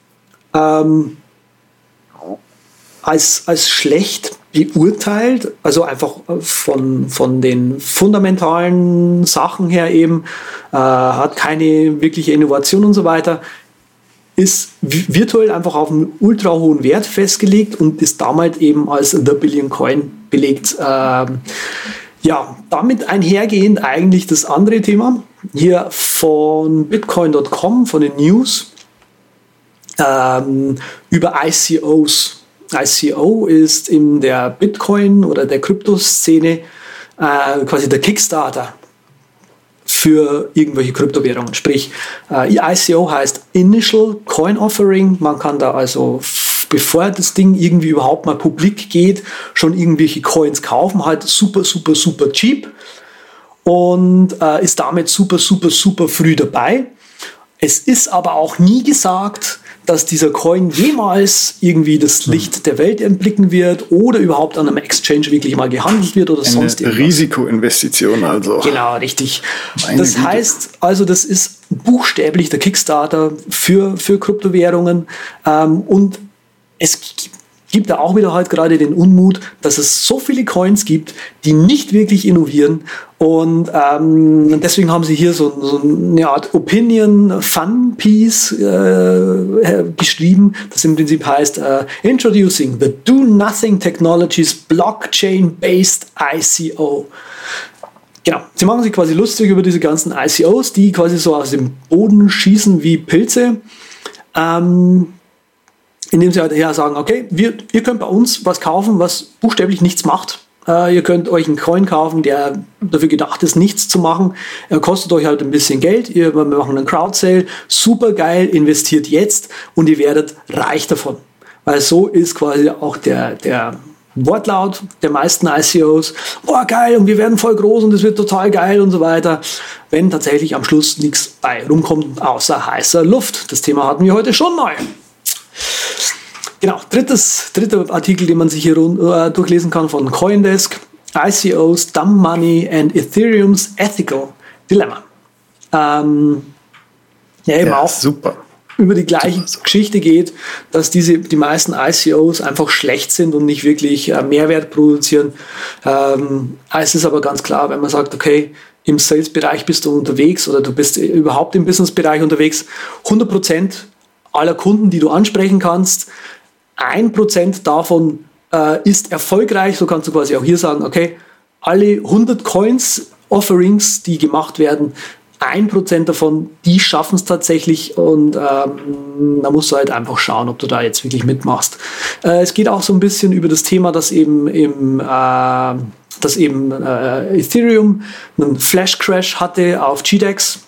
als schlecht beurteilt. Also einfach von den fundamentalen Sachen her eben. Hat keine wirkliche Innovation und so weiter. Ist virtuell einfach auf einen ultra hohen Wert festgelegt und ist damals eben als The Billion Coin belegt. Ja, damit einhergehend eigentlich das andere Thema. Hier von Bitcoin.com, von den News, über ICOs. ICO ist in der Bitcoin- oder der Kryptoszene quasi der Kickstarter für irgendwelche Kryptowährungen. Sprich, ICO heißt Initial Coin Offering. Man kann da also, bevor das Ding irgendwie überhaupt mal publik geht, schon irgendwelche Coins kaufen, halt super cheap und ist damit super früh dabei. Es ist aber auch nie gesagt, dass dieser Coin jemals irgendwie das Licht der Welt erblicken wird oder überhaupt an einem Exchange wirklich mal gehandelt wird oder sonst irgendwas. Risikoinvestition also. Genau, richtig. Das heißt also, das ist buchstäblich der Kickstarter für Kryptowährungen und es gibt da auch wieder halt gerade den Unmut, dass es so viele Coins gibt, die nicht wirklich innovieren und deswegen haben sie hier so eine Art Opinion-Fun-Piece geschrieben, das im Prinzip heißt Introducing the Do-Nothing Technologies Blockchain-Based ICO. Genau, sie machen sich quasi lustig über diese ganzen ICOs, die quasi so aus dem Boden schießen wie Pilze. Indem sie halt sagen, okay, ihr könnt bei uns was kaufen, was buchstäblich nichts macht. Ihr könnt euch einen Coin kaufen, der dafür gedacht ist, nichts zu machen. Er kostet euch halt ein bisschen Geld. Wir machen einen Crowd-Sale. Super geil, investiert jetzt und ihr werdet reich davon. Weil so ist quasi auch der Wortlaut der meisten ICOs. Boah, geil, und wir werden voll groß und es wird total geil und so weiter. Wenn tatsächlich am Schluss nichts bei rumkommt, außer heißer Luft. Das Thema hatten wir heute schon mal. Genau, dritter Artikel, den man sich hier durchlesen kann von CoinDesk. ICOs, Dumb Money and Ethereum's Ethical Dilemma. Eben auch super. Über die gleiche Geschichte geht, dass die meisten ICOs einfach schlecht sind und nicht wirklich Mehrwert produzieren. Es ist aber ganz klar, wenn man sagt, okay, im Sales-Bereich bist du unterwegs oder du bist überhaupt im Business-Bereich unterwegs, 100% aller Kunden, die du ansprechen kannst, 1% davon ist erfolgreich. So kannst du quasi auch hier sagen, okay, alle 100 Coins-Offerings, die gemacht werden, 1% davon, die schaffen es tatsächlich, und da musst du halt einfach schauen, ob du da jetzt wirklich mitmachst. Es geht auch so ein bisschen über das Thema, dass eben Ethereum einen Flash-Crash hatte auf GDEX.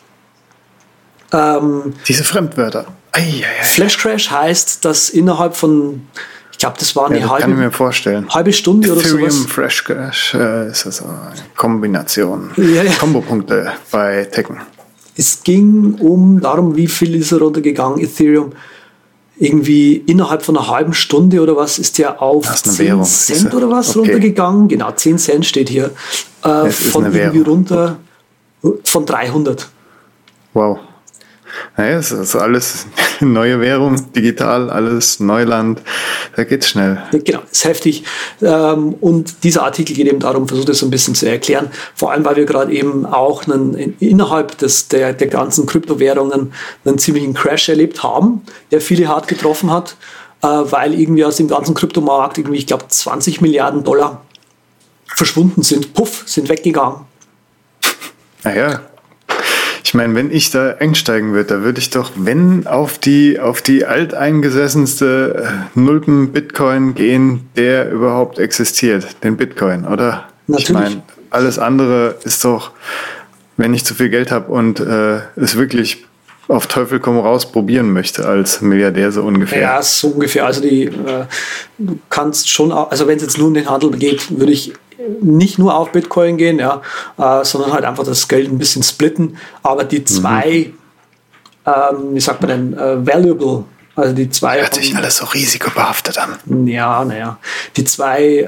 Diese Fremdwörter. Flash-Crash heißt, dass innerhalb von, ich glaube, das war eine kann ich mir vorstellen. halbe Stunde Ethereum oder sowas. Flash Crash ist das eine Kombination. Ja. Kombopunkte bei Tekken. Es ging darum, wie viel ist er runtergegangen, Ethereum. Irgendwie innerhalb von einer halben Stunde oder was ist der auf 10 Währung, Cent oder was runtergegangen. Genau, 10 Cent steht hier. Von irgendwie runter von 300. Wow. Naja, es ist alles neue Währung, digital, alles Neuland. Da geht's schnell. Genau, ist heftig. Und dieser Artikel geht eben darum, versucht es so ein bisschen zu erklären. Vor allem, weil wir gerade eben auch innerhalb der ganzen Kryptowährungen einen ziemlichen Crash erlebt haben, der viele hart getroffen hat, weil irgendwie aus dem ganzen Kryptomarkt irgendwie, ich glaube, 20 Milliarden Dollar verschwunden sind. Puff, sind weggegangen. Naja. Ich meine, wenn ich da einsteigen würde, da würde ich doch, wenn, auf die alteingesessenste Nulpen-Bitcoin gehen, der überhaupt existiert, den Bitcoin, oder? Natürlich. Ich meine, alles andere ist doch, wenn ich zu viel Geld habe und es wirklich auf Teufel komm raus probieren möchte als Milliardär, so ungefähr. Ja, so ungefähr. Also du kannst schon, also wenn es jetzt nur um den Handel geht, würde ich nicht nur auf Bitcoin gehen, ja, sondern halt einfach das Geld ein bisschen splitten. Aber die zwei, wie sagt man denn, valuable, also die zwei. Hört sich alles so risikobehaftet an. Ja, naja. Die zwei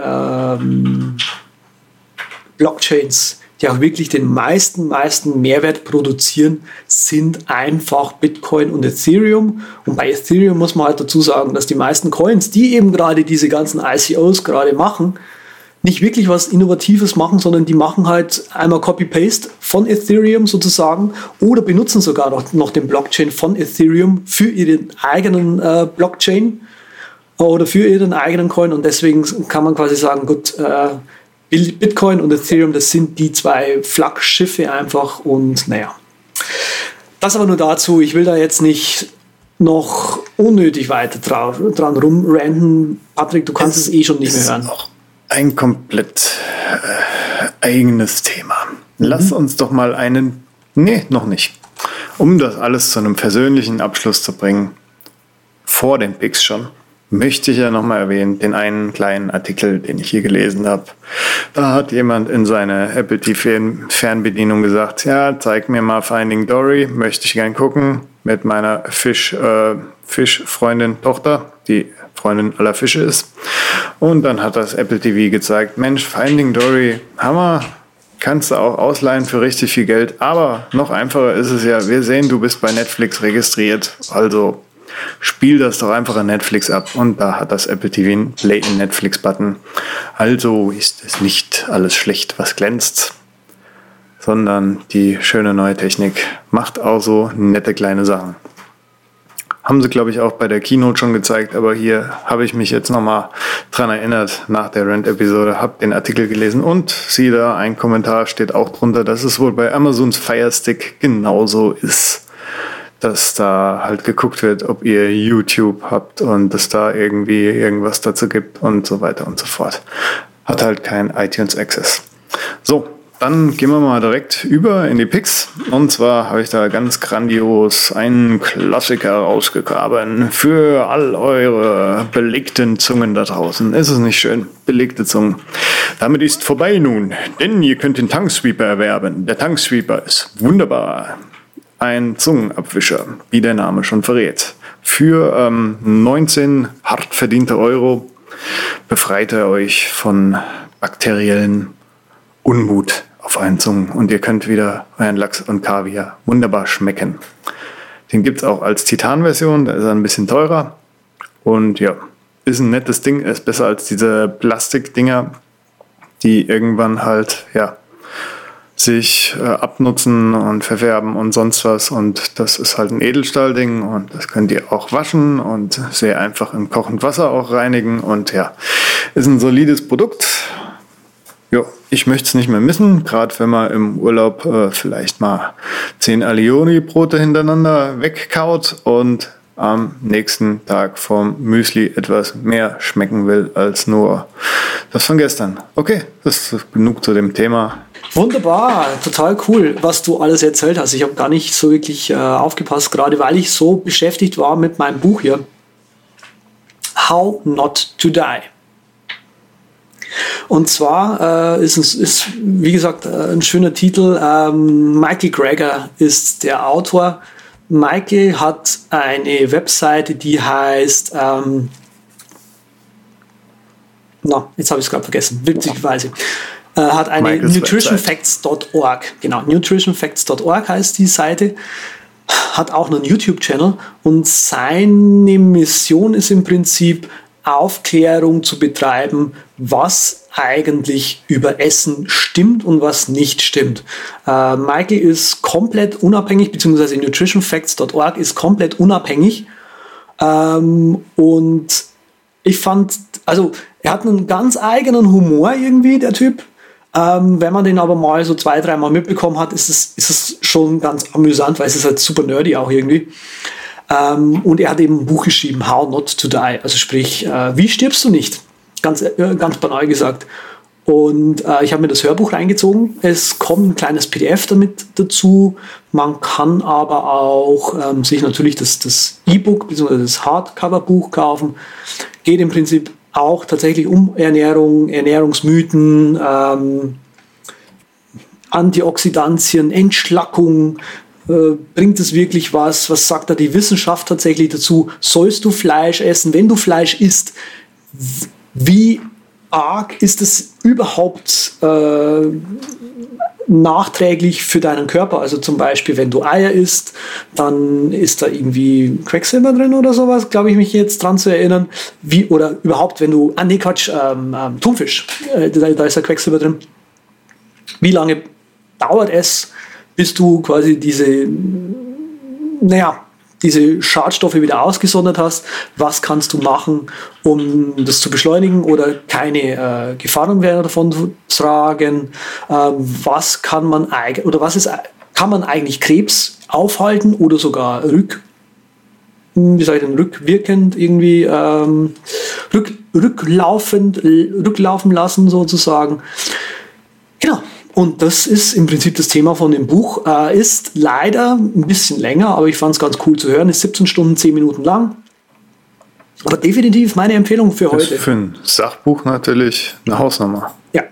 Blockchains, die auch wirklich den meisten Mehrwert produzieren, sind einfach Bitcoin und Ethereum. Und bei Ethereum muss man halt dazu sagen, dass die meisten Coins, die eben gerade diese ganzen ICOs gerade machen, nicht wirklich was Innovatives machen, sondern die machen halt einmal Copy-Paste von Ethereum sozusagen oder benutzen sogar noch den Blockchain von Ethereum für ihren eigenen Blockchain oder für ihren eigenen Coin, und deswegen kann man quasi sagen, gut, Bitcoin und Ethereum, das sind die zwei Flaggschiffe einfach, und naja. Das aber nur dazu, ich will da jetzt nicht noch unnötig weiter dran rumranten. Patrick, du kannst es schon nicht mehr hören. Ein komplett eigenes Thema. Lass uns doch mal noch nicht. Um das alles zu einem persönlichen Abschluss zu bringen, vor den Picks schon, möchte ich ja nochmal erwähnen, den einen kleinen Artikel, den ich hier gelesen habe. Da hat jemand in seine Apple TV Fernbedienung gesagt, ja, zeig mir mal Finding Dory, möchte ich gern gucken, mit meiner Fischfreundin Tochter, die Freundin aller Fische ist. Und dann hat das Apple TV gezeigt, Mensch, Finding Dory, Hammer, kannst du auch ausleihen für richtig viel Geld, aber noch einfacher ist es ja, wir sehen, du bist bei Netflix registriert, also spiel das doch einfach an Netflix ab, und da hat das Apple TV einen Play-in-Netflix-Button. Also ist es nicht alles schlecht, was glänzt, sondern die schöne neue Technik macht auch so nette kleine Sachen. Haben sie, glaube ich, auch bei der Keynote schon gezeigt, aber hier habe ich mich jetzt nochmal dran erinnert nach der Rant-Episode, habe den Artikel gelesen und siehe da, ein Kommentar steht auch drunter, dass es wohl bei Amazons Fire Stick genauso ist, dass da halt geguckt wird, ob ihr YouTube habt und es da irgendwie irgendwas dazu gibt und so weiter und so fort. Hat halt kein iTunes Access. So, dann gehen wir mal direkt über in die Picks. Und zwar habe ich da ganz grandios einen Klassiker rausgegraben für all eure belegten Zungen da draußen. Ist es nicht schön? Belegte Zungen. Damit ist vorbei nun, denn ihr könnt den Tongue-Sweeper erwerben. Der Tongue-Sweeper ist wunderbar. Ein Zungenabwischer, wie der Name schon verrät. Für 19 hart verdiente Euro befreit er euch von bakteriellen Unmut auf euren Zungen und ihr könnt wieder euren Lachs und Kaviar wunderbar schmecken. Den gibt es auch als Titan-Version, da ist er ein bisschen teurer und ja, ist ein nettes Ding, ist besser als diese Plastikdinger, die irgendwann halt, ja, sich abnutzen und verfärben und sonst was. Und das ist halt ein Edelstahlding und das könnt ihr auch waschen und sehr einfach in kochend Wasser auch reinigen. Und ja, ist ein solides Produkt. Jo, ich möchte es nicht mehr missen, gerade wenn man im Urlaub vielleicht mal 10 Alioli-Brote hintereinander wegkaut und am nächsten Tag vom Müsli etwas mehr schmecken will als nur das von gestern. Okay, das ist genug zu dem Thema. Wunderbar, total cool, was du alles erzählt hast. Ich habe gar nicht so wirklich aufgepasst, gerade weil ich so beschäftigt war mit meinem Buch hier. How Not to Die. Und zwar ist, wie gesagt, ein schöner Titel. Michael Greger ist der Autor. Michael hat eine Webseite, die heißt, jetzt habe ich es gerade vergessen, witzigerweise. Hat eine nutritionfacts.org. Genau, nutritionfacts.org heißt die Seite. Hat auch einen YouTube-Channel und seine Mission ist im Prinzip, Aufklärung zu betreiben, was eigentlich über Essen stimmt und was nicht stimmt. Michael ist komplett unabhängig, beziehungsweise nutritionfacts.org ist komplett unabhängig. Und ich fand, also er hat einen ganz eigenen Humor irgendwie, der Typ. Wenn man den aber mal so 2-3 Mal mitbekommen hat, ist es schon ganz amüsant, weil es ist halt super nerdy auch irgendwie. Und er hat eben ein Buch geschrieben, How Not to Die, also sprich, wie stirbst du nicht? Ganz banal gesagt. Und ich habe mir das Hörbuch reingezogen. Es kommt ein kleines PDF damit dazu. Man kann aber auch sich natürlich das E-Book bzw. das Hardcover-Buch kaufen. Geht im Prinzip auch tatsächlich um Ernährung, Ernährungsmythen, Antioxidantien, Entschlackung. Bringt es wirklich was? Was sagt da die Wissenschaft tatsächlich dazu? Sollst du Fleisch essen? Wenn du Fleisch isst, wie arg ist es überhaupt nachträglich für deinen Körper? Also zum Beispiel, wenn du Eier isst, dann ist da irgendwie Quecksilber drin oder sowas, glaube ich mich jetzt dran zu erinnern. Oder überhaupt, wenn du, Thunfisch, da ist da Quecksilber drin. Wie lange dauert es, bis du quasi diese Schadstoffe wieder ausgesondert hast? Was kannst du machen, um das zu beschleunigen oder keine Gefahren davon zu tragen? Was kann man kann man eigentlich Krebs aufhalten oder sogar rückwirkend irgendwie rücklaufen lassen sozusagen? Genau. Und das ist im Prinzip das Thema von dem Buch. Ist leider ein bisschen länger, aber ich fand es ganz cool zu hören. Ist 17 Stunden, 10 Minuten lang. Aber definitiv meine Empfehlung für heute. Ist für ein Sachbuch natürlich eine Hausnummer. Ja.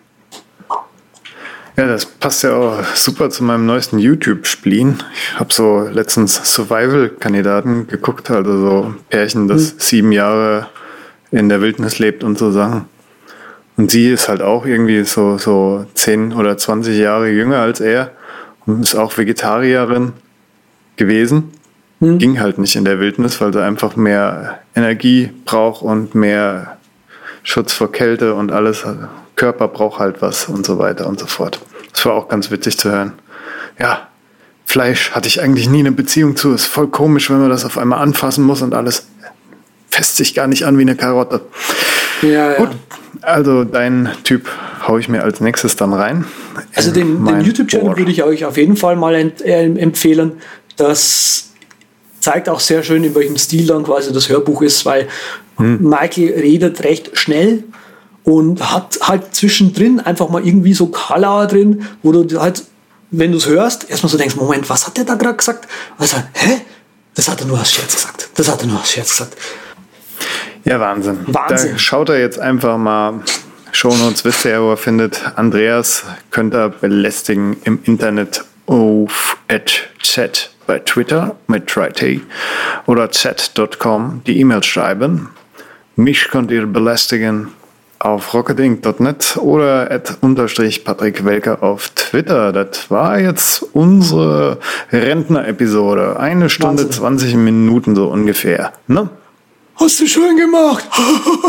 Ja, das passt ja auch super zu meinem neuesten YouTube-Spleen. Ich habe so letztens Survival-Kandidaten geguckt, also so ein Pärchen, das 7 Jahre in der Wildnis lebt und so Sachen. Und sie ist halt auch irgendwie so 10 oder 20 Jahre jünger als er und ist auch Vegetarierin gewesen. Ging halt nicht in der Wildnis, weil sie einfach mehr Energie braucht und mehr Schutz vor Kälte und alles. Körper braucht halt was und so weiter und so fort. Das war auch ganz witzig zu hören. Ja, Fleisch hatte ich eigentlich nie eine Beziehung zu. Ist voll komisch, wenn man das auf einmal anfassen muss und alles fässt sich gar nicht an wie eine Karotte. Ja, gut. Also deinen Typ haue ich mir als nächstes dann rein. Also den YouTube-Channel würde ich euch auf jeden Fall mal empfehlen. Das zeigt auch sehr schön, in welchem Stil dann quasi das Hörbuch ist, weil Michael redet recht schnell und hat halt zwischendrin einfach mal irgendwie so Color drin, wo du halt, wenn du es hörst, erstmal so denkst, Moment, was hat der da gerade gesagt? Also, das hat er nur als Scherz gesagt. Ja, Wahnsinn. Da schaut er jetzt einfach mal. Shownotes wisst ihr ja, wo er findet. Andreas könnt ihr belästigen im Internet auf @chat bei Twitter mit TriT oder chat.com die E-Mail schreiben. Mich könnt ihr belästigen auf rocketing.net oder @Patrick Welker auf Twitter. Das war jetzt unsere Rentner-Episode. 1 Stunde, 20 Minuten so ungefähr. Ne? Hast du schön gemacht.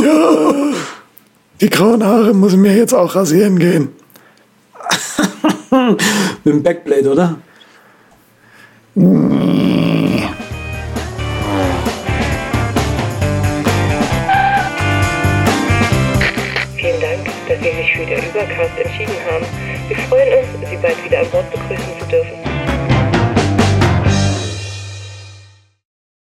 Ja. Die grauen Haare muss ich mir jetzt auch rasieren gehen. Mit dem Backblade, oder? Vielen Dank, dass Sie sich für den Übercast entschieden haben.